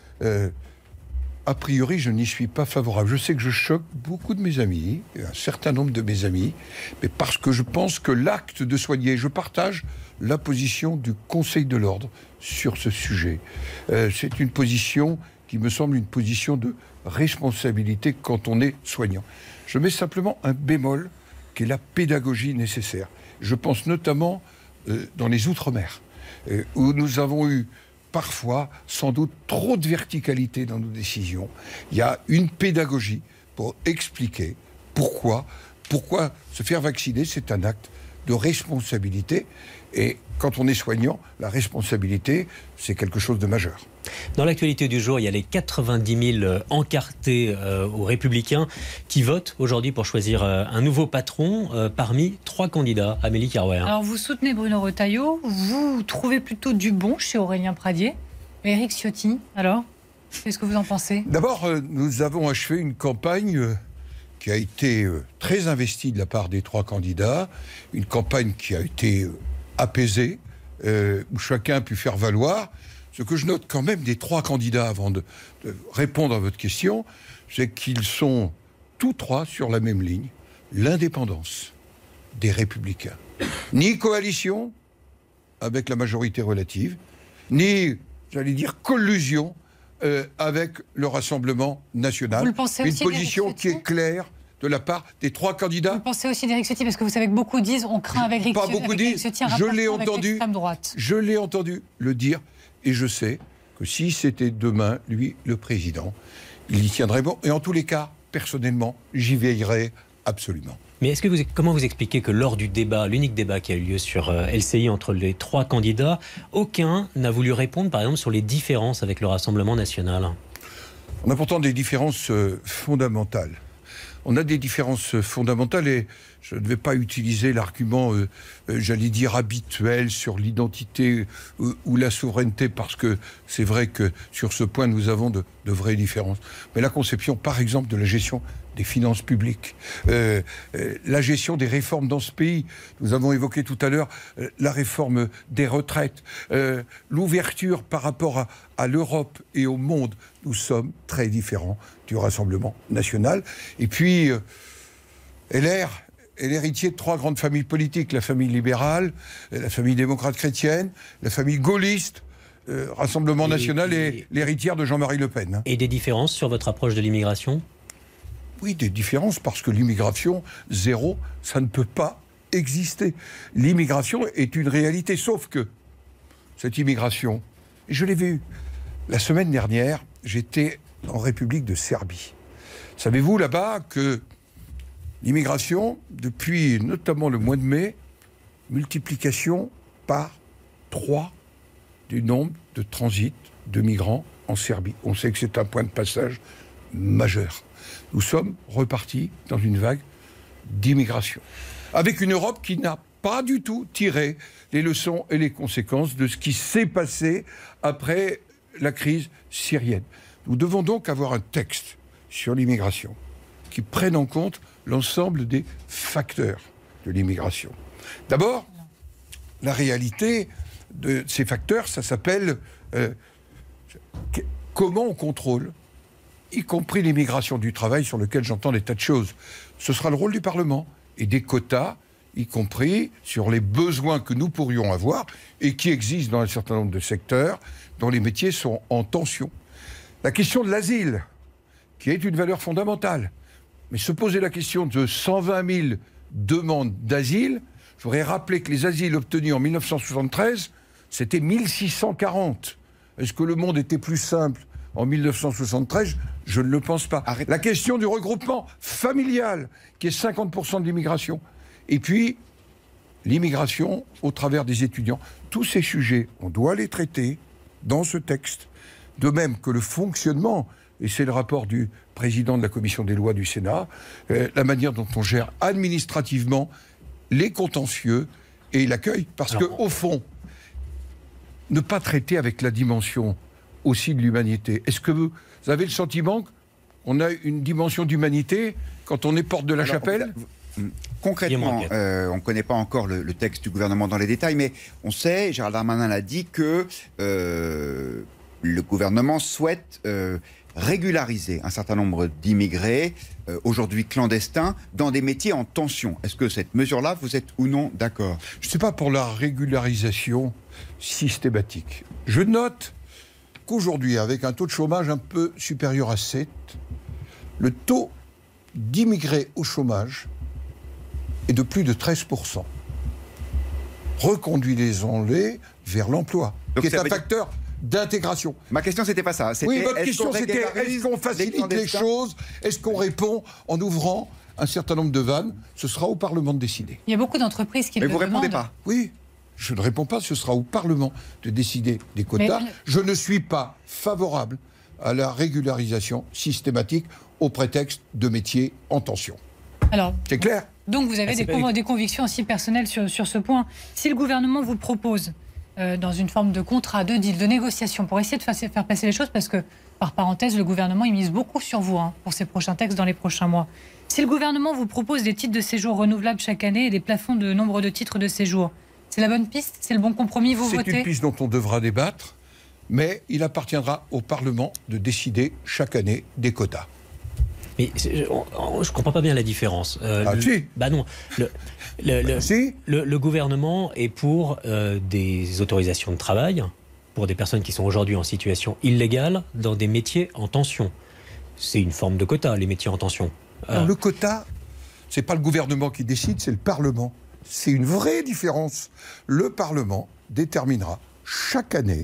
a priori, je n'y suis pas favorable. Je sais que je choque beaucoup de mes amis, un certain nombre de mes amis, mais parce que je pense que l'acte de soigner, je partage la position du Conseil de l'Ordre sur ce sujet. C'est une position qui me semble une position de responsabilité quand on est soignant. Je mets simplement un bémol, qui est la pédagogie nécessaire. Je pense notamment dans les Outre-mer, où nous avons eu parfois, sans doute, trop de verticalité dans nos décisions. Il y a une pédagogie pour expliquer pourquoi se faire vacciner, c'est un acte de responsabilité. Et quand on est soignant, la responsabilité, c'est quelque chose de majeur. Dans l'actualité du jour, il y a les 90 000 encartés aux Républicains qui votent aujourd'hui pour choisir un nouveau patron parmi 3 candidats. Amélie Carrouer. Alors vous soutenez Bruno Retailleau, vous trouvez plutôt du bon chez Aurélien Pradier. Éric Ciotti, alors, qu'est-ce que vous en pensez ? D'abord, nous avons achevé une campagne qui a été très investie de la part des 3 candidats, une campagne qui a été apaisée, où chacun a pu faire valoir. Ce que je note quand même des 3 candidats, avant de répondre à votre question, c'est qu'ils sont tous 3 sur la même ligne, l'indépendance des Républicains. Ni coalition avec la majorité relative, ni, j'allais dire, collusion avec le Rassemblement national. Vous le pensez aussi, une position qui est claire de la part des 3 candidats. Vous pensez aussi d'Éric Ciotti, parce que vous savez que beaucoup disent on craint avec Éric Ciotti. Pas beaucoup disent, je l'ai entendu le dire. Et je sais que si c'était demain, lui, le président, il y tiendrait bon. Et en tous les cas, personnellement, j'y veillerai absolument. Mais comment vous expliquez que lors du débat, l'unique débat qui a eu lieu sur LCI entre les 3 candidats, aucun n'a voulu répondre, par exemple, sur les différences avec le Rassemblement national ? On a pourtant des différences fondamentales. On a des différences fondamentales et je ne vais pas utiliser l'argument, j'allais dire, habituel sur l'identité ou la souveraineté, parce que c'est vrai que sur ce point, nous avons de vraies différences. Mais la conception, par exemple, de la gestion des finances publiques, la gestion des réformes dans ce pays. Nous avons évoqué tout à l'heure la réforme des retraites, l'ouverture par rapport à l'Europe et au monde. Nous sommes très différents du Rassemblement national. Et puis, LR est l'héritier de 3 grandes familles politiques, la famille libérale, la famille démocrate chrétienne, la famille gaulliste, Rassemblement national et l'héritière de Jean-Marie Le Pen. Et des différences sur votre approche de l'immigration ? Oui, des différences, parce que l'immigration, zéro, ça ne peut pas exister. L'immigration est une réalité, sauf que cette immigration, je l'ai vu la semaine dernière, j'étais en République de Serbie. Savez-vous là-bas que l'immigration, depuis notamment le mois de mai, multiplication par 3 du nombre de transits de migrants en Serbie. On sait que c'est un point de passage majeur. Nous sommes repartis dans une vague d'immigration, avec une Europe qui n'a pas du tout tiré les leçons et les conséquences de ce qui s'est passé après la crise syrienne. Nous devons donc avoir un texte sur l'immigration qui prenne en compte l'ensemble des facteurs de l'immigration. D'abord, la réalité de ces facteurs, ça s'appelle comment on contrôle, y compris l'immigration du travail, sur lequel j'entends des tas de choses. Ce sera le rôle du Parlement et des quotas, y compris sur les besoins que nous pourrions avoir et qui existent dans un certain nombre de secteurs dont les métiers sont en tension. La question de l'asile, qui est une valeur fondamentale. Mais se poser la question de 120 000 demandes d'asile, je voudrais rappeler que les asiles obtenus en 1973, c'était 1640. Est-ce que le monde était plus simple en 1973 ? Je ne le pense pas. La question du regroupement familial, qui est 50% de l'immigration. Et puis, l'immigration au travers des étudiants. Tous ces sujets, on doit les traiter dans ce texte. De même que le fonctionnement, et c'est le rapport du président de la commission des lois du Sénat, la manière dont on gère administrativement les contentieux et l'accueil. Parce qu'au fond, ne pas traiter avec la dimension aussi de l'humanité. Est-ce que vous avez le sentiment qu'on a une dimension d'humanité quand on est porte de la chapelle ? Concrètement, on ne connaît pas encore le texte du gouvernement dans les détails, mais on sait, Gérald Darmanin l'a dit, que le gouvernement souhaite régulariser un certain nombre d'immigrés, aujourd'hui clandestins, dans des métiers en tension. Est-ce que cette mesure-là, vous êtes ou non d'accord ? Je ne sais pas pour la régularisation systématique. Je note qu'aujourd'hui, avec un taux de chômage un peu supérieur à 7, le taux d'immigrés au chômage est de plus de 13%. Reconduisons-les vers l'emploi, qui est un facteur d'intégration. Ma question, c'était pas ça. Oui, votre question, c'était est-ce qu'on facilite les choses ? Est-ce qu'on répond en ouvrant un certain nombre de vannes ? Ce sera au Parlement de décider. Il y a beaucoup d'entreprises qui le demandent. Mais vous répondez pas. Oui, je ne réponds pas. Ce sera au Parlement de décider des quotas. Je ne suis pas favorable à la régularisation systématique au prétexte de métiers en tension. Alors, c'est clair ? Donc vous avez des convictions aussi personnelles sur ce point. Si le gouvernement vous propose, dans une forme de contrat, de deal, de négociation, pour essayer de faire passer les choses, parce que, par parenthèse, le gouvernement il mise beaucoup sur vous pour ces prochains textes dans les prochains mois. Si le gouvernement vous propose des titres de séjour renouvelables chaque année et des plafonds de nombre de titres de séjour, c'est la bonne piste ? C'est le bon compromis ? Vous votez ? C'est une piste dont on devra débattre, mais il appartiendra au Parlement de décider chaque année des quotas. Mais je ne comprends pas bien la différence. Si. Bah non. Le gouvernement est pour des autorisations de travail pour des personnes qui sont aujourd'hui en situation illégale dans des métiers en tension. C'est une forme de quota, les métiers en tension. Alors, le quota, ce n'est pas le gouvernement qui décide, c'est le Parlement. C'est une vraie différence. Le Parlement déterminera chaque année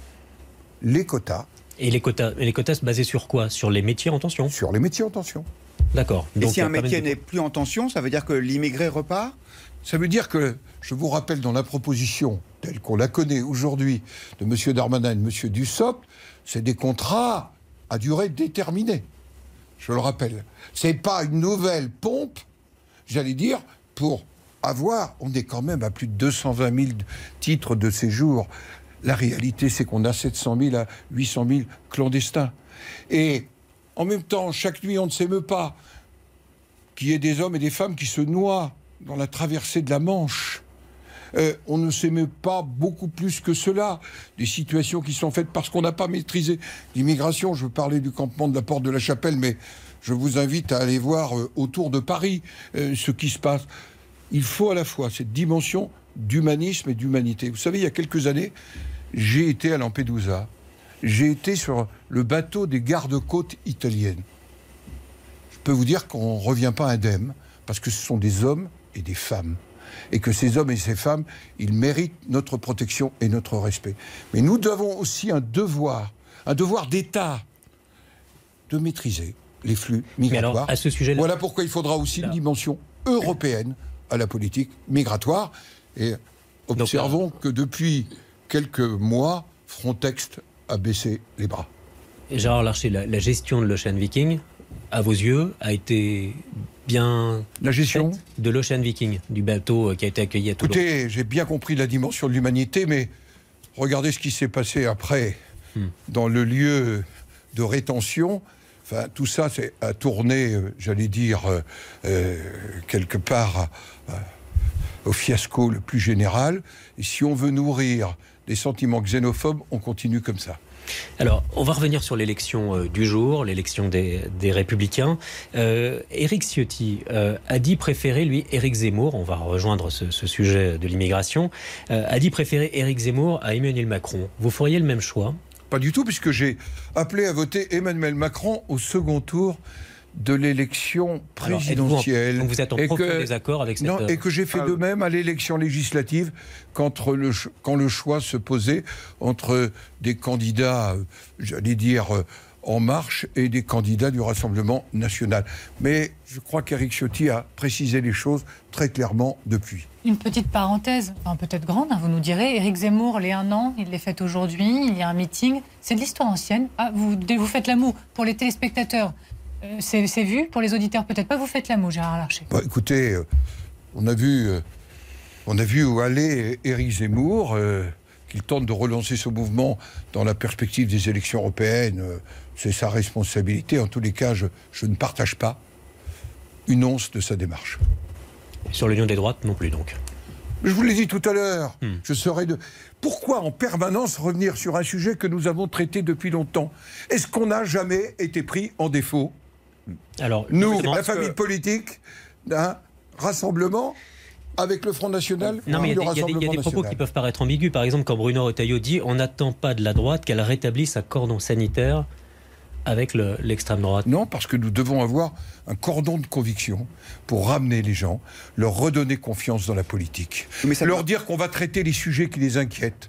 les quotas. Et les quotas se basaient sur quoi ? Sur les métiers en tension ? Sur les métiers en tension. D'accord. Et si un métier n'est plus en tension, ça veut dire que l'immigré repart ? Ça veut dire que, je vous rappelle, dans la proposition telle qu'on la connaît aujourd'hui de M. Darmanin et de M. Dussopt, c'est des contrats à durée déterminée. Je le rappelle. Ce n'est pas une nouvelle pompe, j'allais dire, pour avoir... On est quand même à plus de 220 000 titres de séjour. La réalité, c'est qu'on a 700 000 à 800 000 clandestins. Et en même temps, chaque nuit, on ne s'émeut pas qu'il y ait des hommes et des femmes qui se noient dans la traversée de la Manche. On ne s'émeut pas beaucoup plus que cela. Des situations qui sont faites parce qu'on n'a pas maîtrisé l'immigration. Je veux parler du campement de la Porte de la Chapelle, mais je vous invite à aller voir autour de Paris ce qui se passe. Il faut à la fois cette dimension d'humanisme et d'humanité. Vous savez, il y a quelques années, j'ai été à Lampedusa. J'ai été sur le bateau des gardes-côtes italiennes. Je peux vous dire qu'on ne revient pas indemne, parce que ce sont des hommes et des femmes. Et que ces hommes et ces femmes, ils méritent notre protection et notre respect. Mais nous avons aussi un devoir d'État, de maîtriser les flux migratoires. Alors, à ce sujet-là... Voilà pourquoi il faudra aussi une dimension européenne à la politique migratoire. Et observons que depuis quelques mois, Frontex a baissé les bras. Et Gérard Larcher, la gestion de l'Ocean Viking, à vos yeux, a été bien la gestion de l'Ocean Viking, du bateau qui a été accueilli à Toulon. Écoutez, j'ai bien compris la dimension de l'humanité, mais regardez ce qui s'est passé après dans le lieu de rétention. Enfin, tout ça a tourné, j'allais dire, quelque part au fiasco le plus général. Et si on veut nourrir des sentiments xénophobes, on continue comme ça. Alors, on va revenir sur l'élection du jour, l'élection des Républicains. Éric Ciotti a dit préférer, lui, Éric Zemmour, on va rejoindre ce sujet de l'immigration, a dit préférer Éric Zemmour à Emmanuel Macron. Vous feriez le même choix ? Pas du tout, puisque j'ai appelé à voter Emmanuel Macron au second tour de l'élection présidentielle. Donc vous êtes en profond désaccord avec cette... Non, et que j'ai fait de même à l'élection législative quand le choix se posait entre des candidats, j'allais dire, En Marche et des candidats du Rassemblement national. Mais je crois qu'Éric Ciotti a précisé les choses très clairement depuis. Une petite parenthèse, enfin peut-être grande, vous nous direz. Éric Zemmour, les 1 an, il les fête aujourd'hui, il y a un meeting. C'est de l'histoire ancienne. Vous faites la moue pour les téléspectateurs. C'est vu, pour les auditeurs peut-être pas, vous faites la moue, Gérard Larcher. Écoutez, on a vu où allait Éric Zemmour, qu'il tente de relancer ce mouvement dans la perspective des élections européennes, c'est sa responsabilité. En tous les cas, je ne partage pas une once de sa démarche. Sur l'union des droites non plus, donc. Je vous l'ai dit tout à l'heure, Pourquoi en permanence revenir sur un sujet que nous avons traité depuis longtemps? Est-ce qu'on n'a jamais été pris en défaut? Alors, nous, la famille politique, d'un rassemblement avec le Front National. Non, mais il y a des propos qui peuvent paraître ambigus. Par exemple, quand Bruno Retailleau dit « on n'attend pas de la droite qu'elle rétablisse un cordon sanitaire avec l'extrême droite ». Non, parce que nous devons avoir un cordon de conviction pour ramener les gens, leur redonner confiance dans la politique, leur dire qu'on va traiter les sujets qui les inquiètent.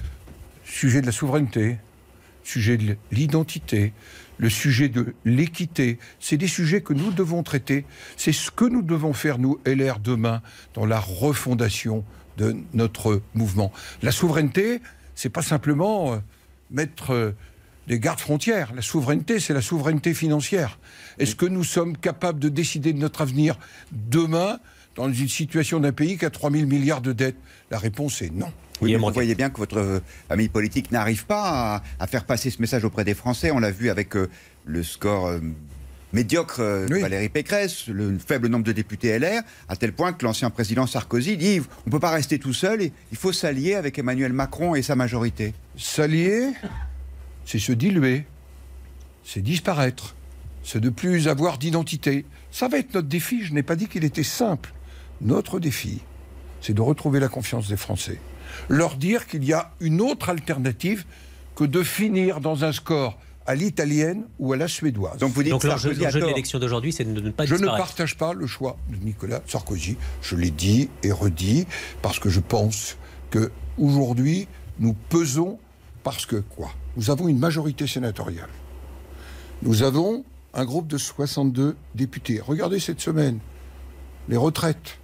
Sujet de la souveraineté, sujet de l'identité, le sujet de l'équité, c'est des sujets que nous devons traiter. C'est ce que nous devons faire, nous, LR, demain, dans la refondation de notre mouvement. La souveraineté, c'est pas simplement mettre des gardes-frontières. La souveraineté, c'est la souveraineté financière. Est-ce que nous sommes capables de décider de notre avenir demain, dans une situation d'un pays qui a 3 000 milliards de dettes? La réponse est non. Oui, vous voyez bien que votre famille politique n'arrive pas à faire passer ce message auprès des Français. On l'a vu avec le score médiocre de Valérie Pécresse, le faible nombre de députés LR, à tel point que l'ancien président Sarkozy dit on ne peut pas rester tout seul, il faut s'allier avec Emmanuel Macron et sa majorité. S'allier, c'est se diluer, c'est disparaître, c'est ne plus avoir d'identité. Ça va être notre défi, je n'ai pas dit qu'il était simple. Notre défi, c'est de retrouver la confiance des Français. Leur dire qu'il y a une autre alternative que de finir dans un score à l'italienne ou à la suédoise. Donc vous dites que l'enjeu de l'élection d'aujourd'hui, c'est de ne pas disparaître. Je ne partage pas le choix de Nicolas Sarkozy. Je l'ai dit et redit, parce que je pense qu'aujourd'hui, nous pesons parce que quoi? Nous avons une majorité sénatoriale. Nous avons un groupe de 62 députés. Regardez cette semaine, les retraites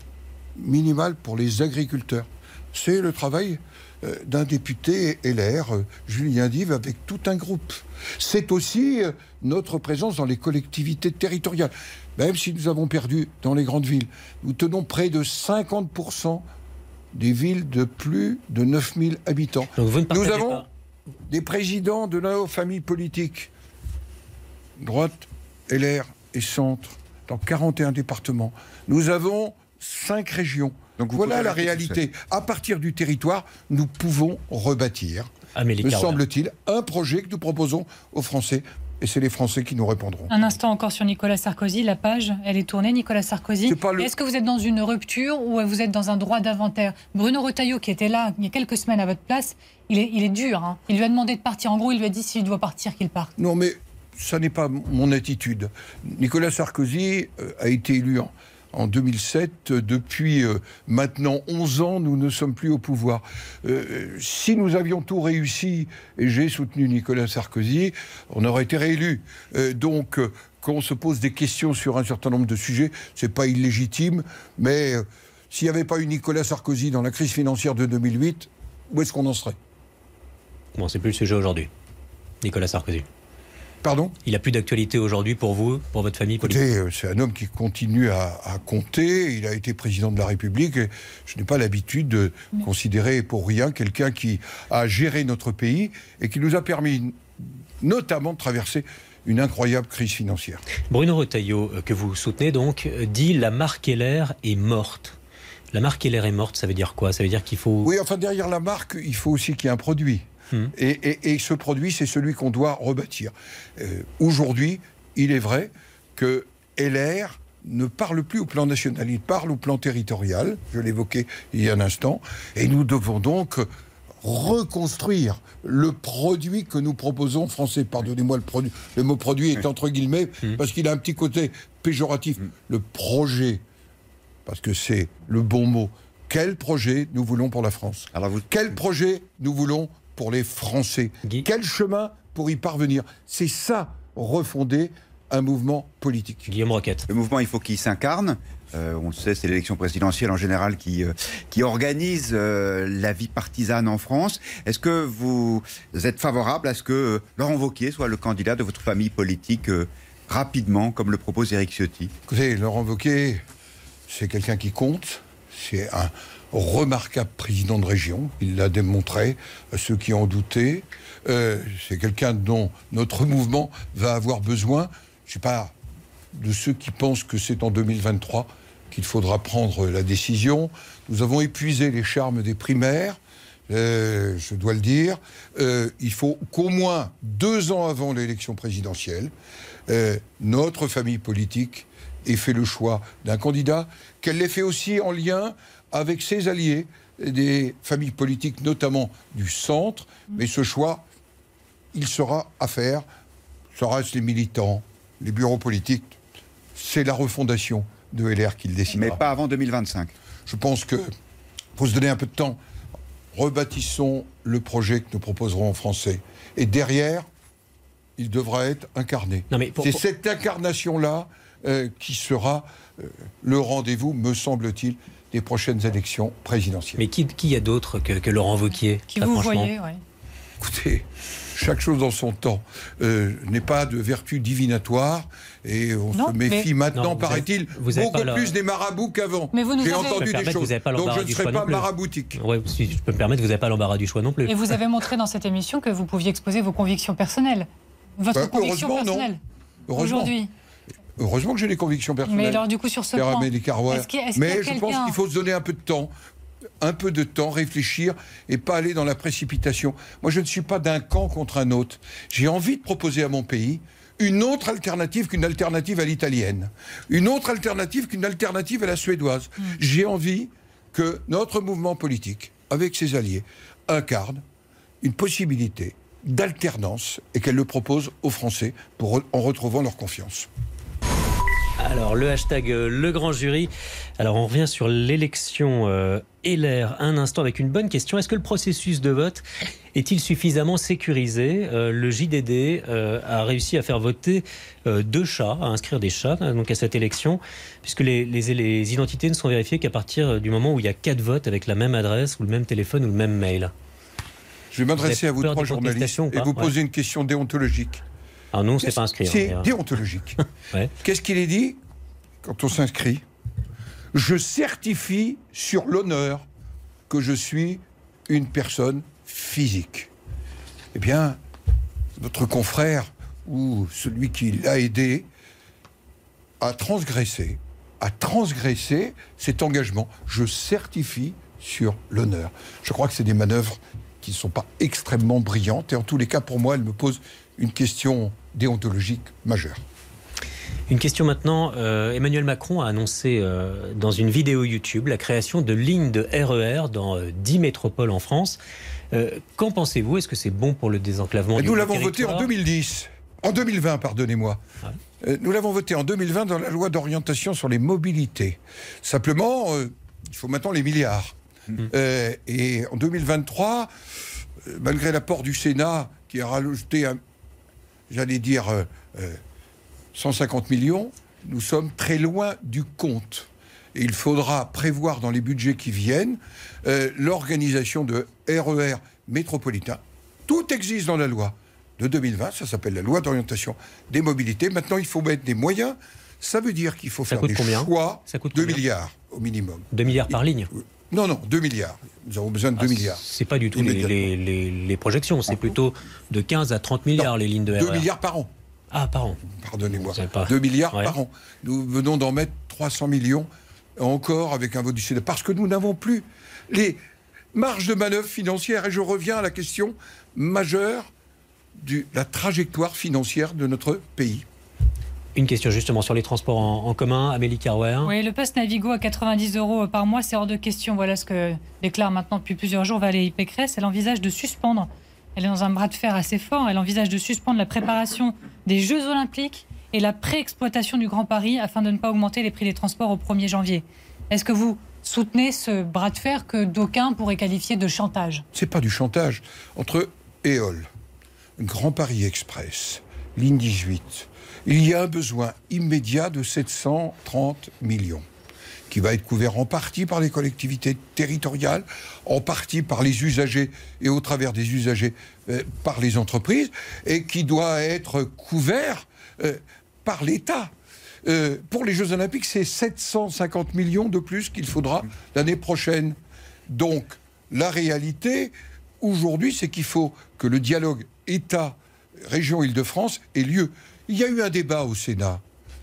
minimales pour les agriculteurs. C'est le travail d'un député LR, Julien Dive, avec tout un groupe. C'est aussi notre présence dans les collectivités territoriales. Même si nous avons perdu dans les grandes villes, nous tenons près de 50% des villes de plus de 9000 habitants. Nous avons des présidents de nos familles politiques, droite, LR et centre, dans 41 départements. Nous avons 5 régions. Donc voilà la réalité. À partir du territoire, nous pouvons rebâtir, me semble-t-il, un projet que nous proposons aux Français. Et c'est les Français qui nous répondront. Un instant encore sur Nicolas Sarkozy. La page, elle est tournée, Nicolas Sarkozy. Est-ce que vous êtes dans une rupture ou vous êtes dans un droit d'inventaire? Bruno Retailleau, qui était là il y a quelques semaines à votre place, il est dur. Hein. Il lui a demandé de partir. En gros, il lui a dit s'il doit partir, qu'il parte. Non, mais ça n'est pas mon attitude. Nicolas Sarkozy a été élu en 2007, depuis maintenant 11 ans, nous ne sommes plus au pouvoir. Si nous avions tout réussi, et j'ai soutenu Nicolas Sarkozy, on aurait été réélu. Donc, quand on se pose des questions sur un certain nombre de sujets, c'est pas illégitime, mais s'il n'y avait pas eu Nicolas Sarkozy dans la crise financière de 2008, où est-ce qu'on en serait? Bon, c'est plus le sujet aujourd'hui, Nicolas Sarkozy. Pardon? Il n'a plus d'actualité aujourd'hui pour vous, pour votre famille politique? Écoutez, c'est un homme qui continue à compter. Il a été président de la République. Et je n'ai pas l'habitude de considérer pour rien quelqu'un qui a géré notre pays et qui nous a permis notamment de traverser une incroyable crise financière. Bruno Retailleau, que vous soutenez donc, dit « la marque LR est morte ». La marque LR est morte, ça veut dire quoi? Ça veut dire qu'il faut... Oui, enfin, derrière la marque, il faut aussi qu'il y ait un produit. Et ce produit, c'est celui qu'on doit rebâtir. Aujourd'hui, il est vrai que LR ne parle plus au plan national, il parle au plan territorial, je l'évoquais il y a un instant, et nous devons donc reconstruire le produit que nous proposons français. Pardonnez-moi, le mot produit est entre guillemets, parce qu'il a un petit côté péjoratif. Le projet, parce que c'est le bon mot. Quel projet nous voulons pour la France ? Quel projet nous voulons pour les Français ? Quel chemin pour y parvenir ? C'est ça, refonder un mouvement politique. Guillaume Roquette. Le mouvement, il faut qu'il s'incarne. On le sait, c'est l'élection présidentielle en général qui organise la vie partisane en France. Est-ce que vous êtes favorable à ce que Laurent Wauquiez soit le candidat de votre famille politique rapidement, comme le propose Éric Ciotti ? Écoutez, Laurent Wauquiez, c'est quelqu'un qui compte. C'est un remarquable président de région. Il l'a démontré à ceux qui en doutaient. C'est quelqu'un dont notre mouvement va avoir besoin. Je ne suis pas de ceux qui pensent que c'est en 2023 qu'il faudra prendre la décision. Nous avons épuisé les charmes des primaires, je dois le dire. Il faut qu'au moins 2 ans avant l'élection présidentielle, notre famille politique ait fait le choix d'un candidat, qu'elle l'ait fait aussi en lien avec ses alliés, des familles politiques notamment du centre. Mais ce choix, il sera à faire. Ça reste les militants, les bureaux politiques. C'est la refondation de LR qui le décidera. Mais pas avant 2025. Je pense qu'il faut se donner un peu de temps. Rebâtissons le projet que nous proposerons aux Français. Et derrière, il devra être incarné. C'est cette incarnation-là qui sera le rendez-vous, me semble-t-il, des prochaines élections présidentielles. Mais qui y a d'autre que Laurent Wauquiez ? Qui vous voyez, oui. Écoutez, chaque chose dans son temps n'est pas de vertu divinatoire et on se méfie maintenant, paraît-il, beaucoup plus des marabouts qu'avant. Mais vous nous J'ai entendu des choses, donc je ne serai pas maraboutique. Oui, si je peux me permettre, vous n'avez pas l'embarras du choix non plus. Et vous avez montré dans cette émission que vous pouviez exposer vos convictions personnelles. Votre conviction personnelle. Aujourd'hui. Heureusement que j'ai des convictions personnelles. Mais alors du coup sur ce point, mais je pense qu'il faut se donner un peu de temps, réfléchir et pas aller dans la précipitation. Moi, je ne suis pas d'un camp contre un autre. J'ai envie de proposer à mon pays une autre alternative qu'une alternative à l'italienne, une autre alternative qu'une alternative à la suédoise. J'ai envie que notre mouvement politique, avec ses alliés, incarne une possibilité d'alternance et qu'elle le propose aux Français en retrouvant leur confiance. Alors, le hashtag Le Grand Jury. Alors, on revient sur l'élection LR un instant avec une bonne question. Est-ce que le processus de vote est-il suffisamment sécurisé ? Le JDD a réussi à faire voter 2 chats, à inscrire des chats donc à cette élection, puisque les identités ne sont vérifiées qu'à partir du moment où il y a 4 votes avec la même adresse ou le même téléphone ou le même mail. Je vais m'adresser à vous 3 journalistes et vous poser une question déontologique. Alors nous, on ne s'est pas inscrit. C'est déontologique. Ouais. Qu'est-ce qu'il est dit quand on s'inscrit ? Je certifie sur l'honneur que je suis une personne physique. Eh bien, votre confrère ou celui qui l'a aidé a transgressé cet engagement. Je certifie sur l'honneur. Je crois que c'est des manœuvres qui ne sont pas extrêmement brillantes et en tous les cas, pour moi, elles me posent une question déontologique majeure. Une question maintenant. Emmanuel Macron a annoncé dans une vidéo YouTube la création de lignes de RER dans 10 métropoles en France. Qu'en pensez-vous ? Est-ce que c'est bon pour le désenclavement du territoire ? Nous l'avons voté en 2010. En 2020, pardonnez-moi. Nous l'avons voté en 2020 dans la loi d'orientation sur les mobilités. Simplement, il faut maintenant les milliards. Et en 2023, malgré l'apport du Sénat qui a rajouté, j'allais dire, 150 millions, nous sommes très loin du compte. Et il faudra prévoir dans les budgets qui viennent l'organisation de RER métropolitains. Tout existe dans la loi de 2020, ça s'appelle la loi d'orientation des mobilités. Maintenant, il faut mettre des moyens. Ça veut dire qu'il faut faire des choix. Ça coûte 2 milliards au minimum. 2 milliards par ligne ? Non, 2 milliards. Nous avons besoin de 2 milliards. C'est pas du tout les projections, c'est plutôt de 15 à 30 milliards les lignes de RER. 2 milliards par an. Ah, par an. Pardonnez-moi. 2 milliards par an. Nous venons d'en mettre 300 millions encore avec un vote du Sénat. Parce que nous n'avons plus les marges de manœuvre financières. Et je reviens à la question majeure de la trajectoire financière de notre pays. Une question justement sur les transports en commun, Amélie Carrouer. Oui, le pass Navigo à 90 € par mois, c'est hors de question. Voilà ce que déclare maintenant depuis plusieurs jours Valérie Pécresse. Elle envisage de suspendre, elle est dans un bras de fer assez fort, elle envisage de suspendre la préparation des Jeux Olympiques et la pré-exploitation du Grand Paris afin de ne pas augmenter les prix des transports au 1er janvier. Est-ce que vous soutenez ce bras de fer que d'aucuns pourraient qualifier de chantage? C'est pas du chantage. Entre Éole, Grand Paris Express, ligne 18, il y a un besoin immédiat de 730 millions, qui va être couvert en partie par les collectivités territoriales, en partie par les usagers et au travers des usagers par les entreprises, et qui doit être couvert par l'État. Pour les Jeux Olympiques, c'est 750 millions de plus qu'il faudra l'année prochaine. Donc, la réalité, aujourd'hui, c'est qu'il faut que le dialogue État-Région Île-de-France ait lieu. Il y a eu un débat au Sénat.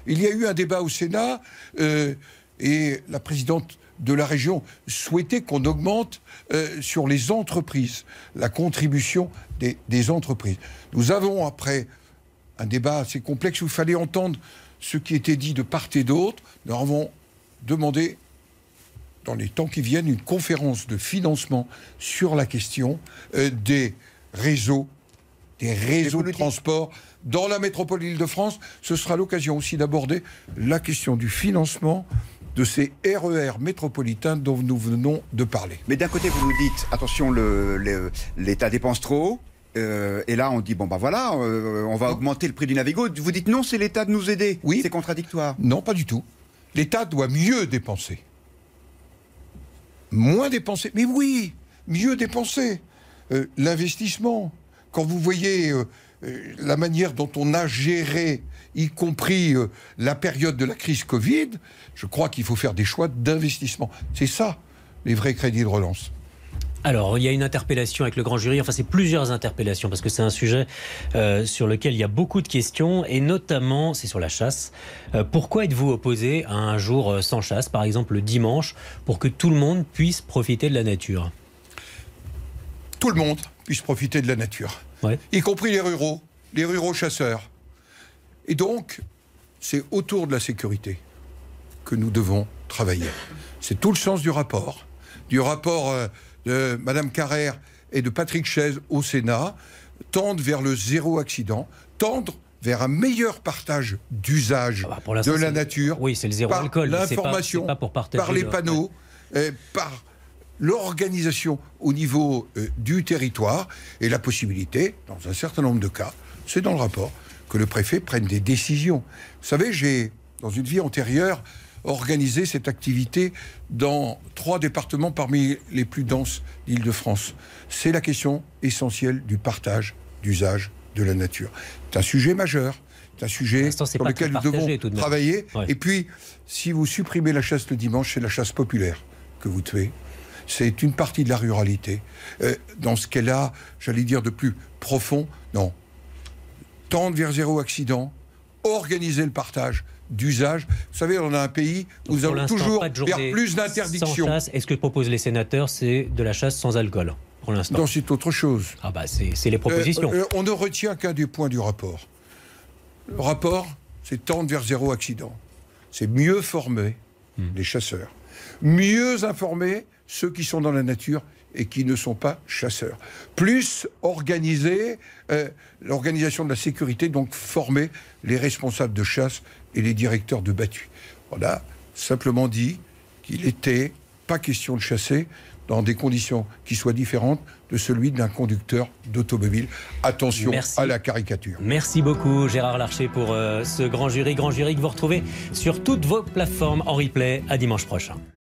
Et la présidente de la région souhaitait qu'on augmente sur les entreprises, la contribution des entreprises. Nous avons, après un débat assez complexe où il fallait entendre ce qui était dit de part et d'autre, nous avons demandé, dans les temps qui viennent, une conférence de financement sur la question des réseaux de transport dans la métropole Île-de-France. Ce sera l'occasion aussi d'aborder la question du financement de ces RER métropolitains dont nous venons de parler. Mais d'un côté, vous nous dites, attention, l'État dépense trop. Et là, on dit, on va augmenter le prix du Navigo. Vous dites non, c'est l'État de nous aider. Oui. C'est contradictoire. Non, pas du tout. L'État doit mieux dépenser. Moins dépenser. Mais oui, mieux dépenser. L'investissement. Quand vous voyez la manière dont on a géré, y compris la période de la crise Covid, je crois qu'il faut faire des choix d'investissement. C'est ça, les vrais crédits de relance. Alors, il y a une interpellation avec le grand jury, enfin c'est plusieurs interpellations, parce que c'est un sujet sur lequel il y a beaucoup de questions, et notamment, c'est sur la chasse. Pourquoi êtes-vous opposé à un jour sans chasse, par exemple le dimanche, pour que tout le monde puisse profiter de la nature? Tout le monde puisse profiter de la nature, y compris les ruraux chasseurs. Et donc, c'est autour de la sécurité que nous devons travailler. C'est tout le sens du rapport de Mme Carrère et de Patrick Chaize au Sénat, tendre vers le zéro accident, tendre vers un meilleur partage d'usage de la nature. Oui, c'est le zéro par alcool. L'information, par les panneaux, par l'organisation au niveau du territoire et la possibilité, dans un certain nombre de cas, c'est dans le rapport, que le préfet prenne des décisions. Vous savez, j'ai, dans une vie antérieure, organisé cette activité dans 3 départements parmi les plus denses d'Île-de-France. C'est la question essentielle du partage d'usage de la nature. C'est un sujet majeur, c'est un sujet sur lequel nous devons travailler. Et puis, si vous supprimez la chasse le dimanche, c'est la chasse populaire que vous tuez. C'est une partie de la ruralité. Dans ce qu'elle a, j'allais dire, de plus profond, non. Tendre vers zéro accident, organiser le partage d'usage. Vous savez, on a un pays où nous allons toujours vers plus d'interdictions. Est-ce que proposent les sénateurs, c'est de la chasse sans alcool, pour l'instant? Non, c'est autre chose. Ah bah, c'est les propositions. On ne retient qu'un des points du rapport. Le rapport, c'est tendre vers zéro accident. C'est mieux former les chasseurs. Mieux informer ceux qui sont dans la nature et qui ne sont pas chasseurs. Plus organiser l'organisation de la sécurité, donc former les responsables de chasse et les directeurs de battues. On a simplement dit qu'il n'était pas question de chasser dans des conditions qui soient différentes de celui d'un conducteur d'automobile. Attention à la caricature. Merci beaucoup Gérard Larcher pour ce grand jury que vous retrouvez sur toutes vos plateformes en replay à dimanche prochain.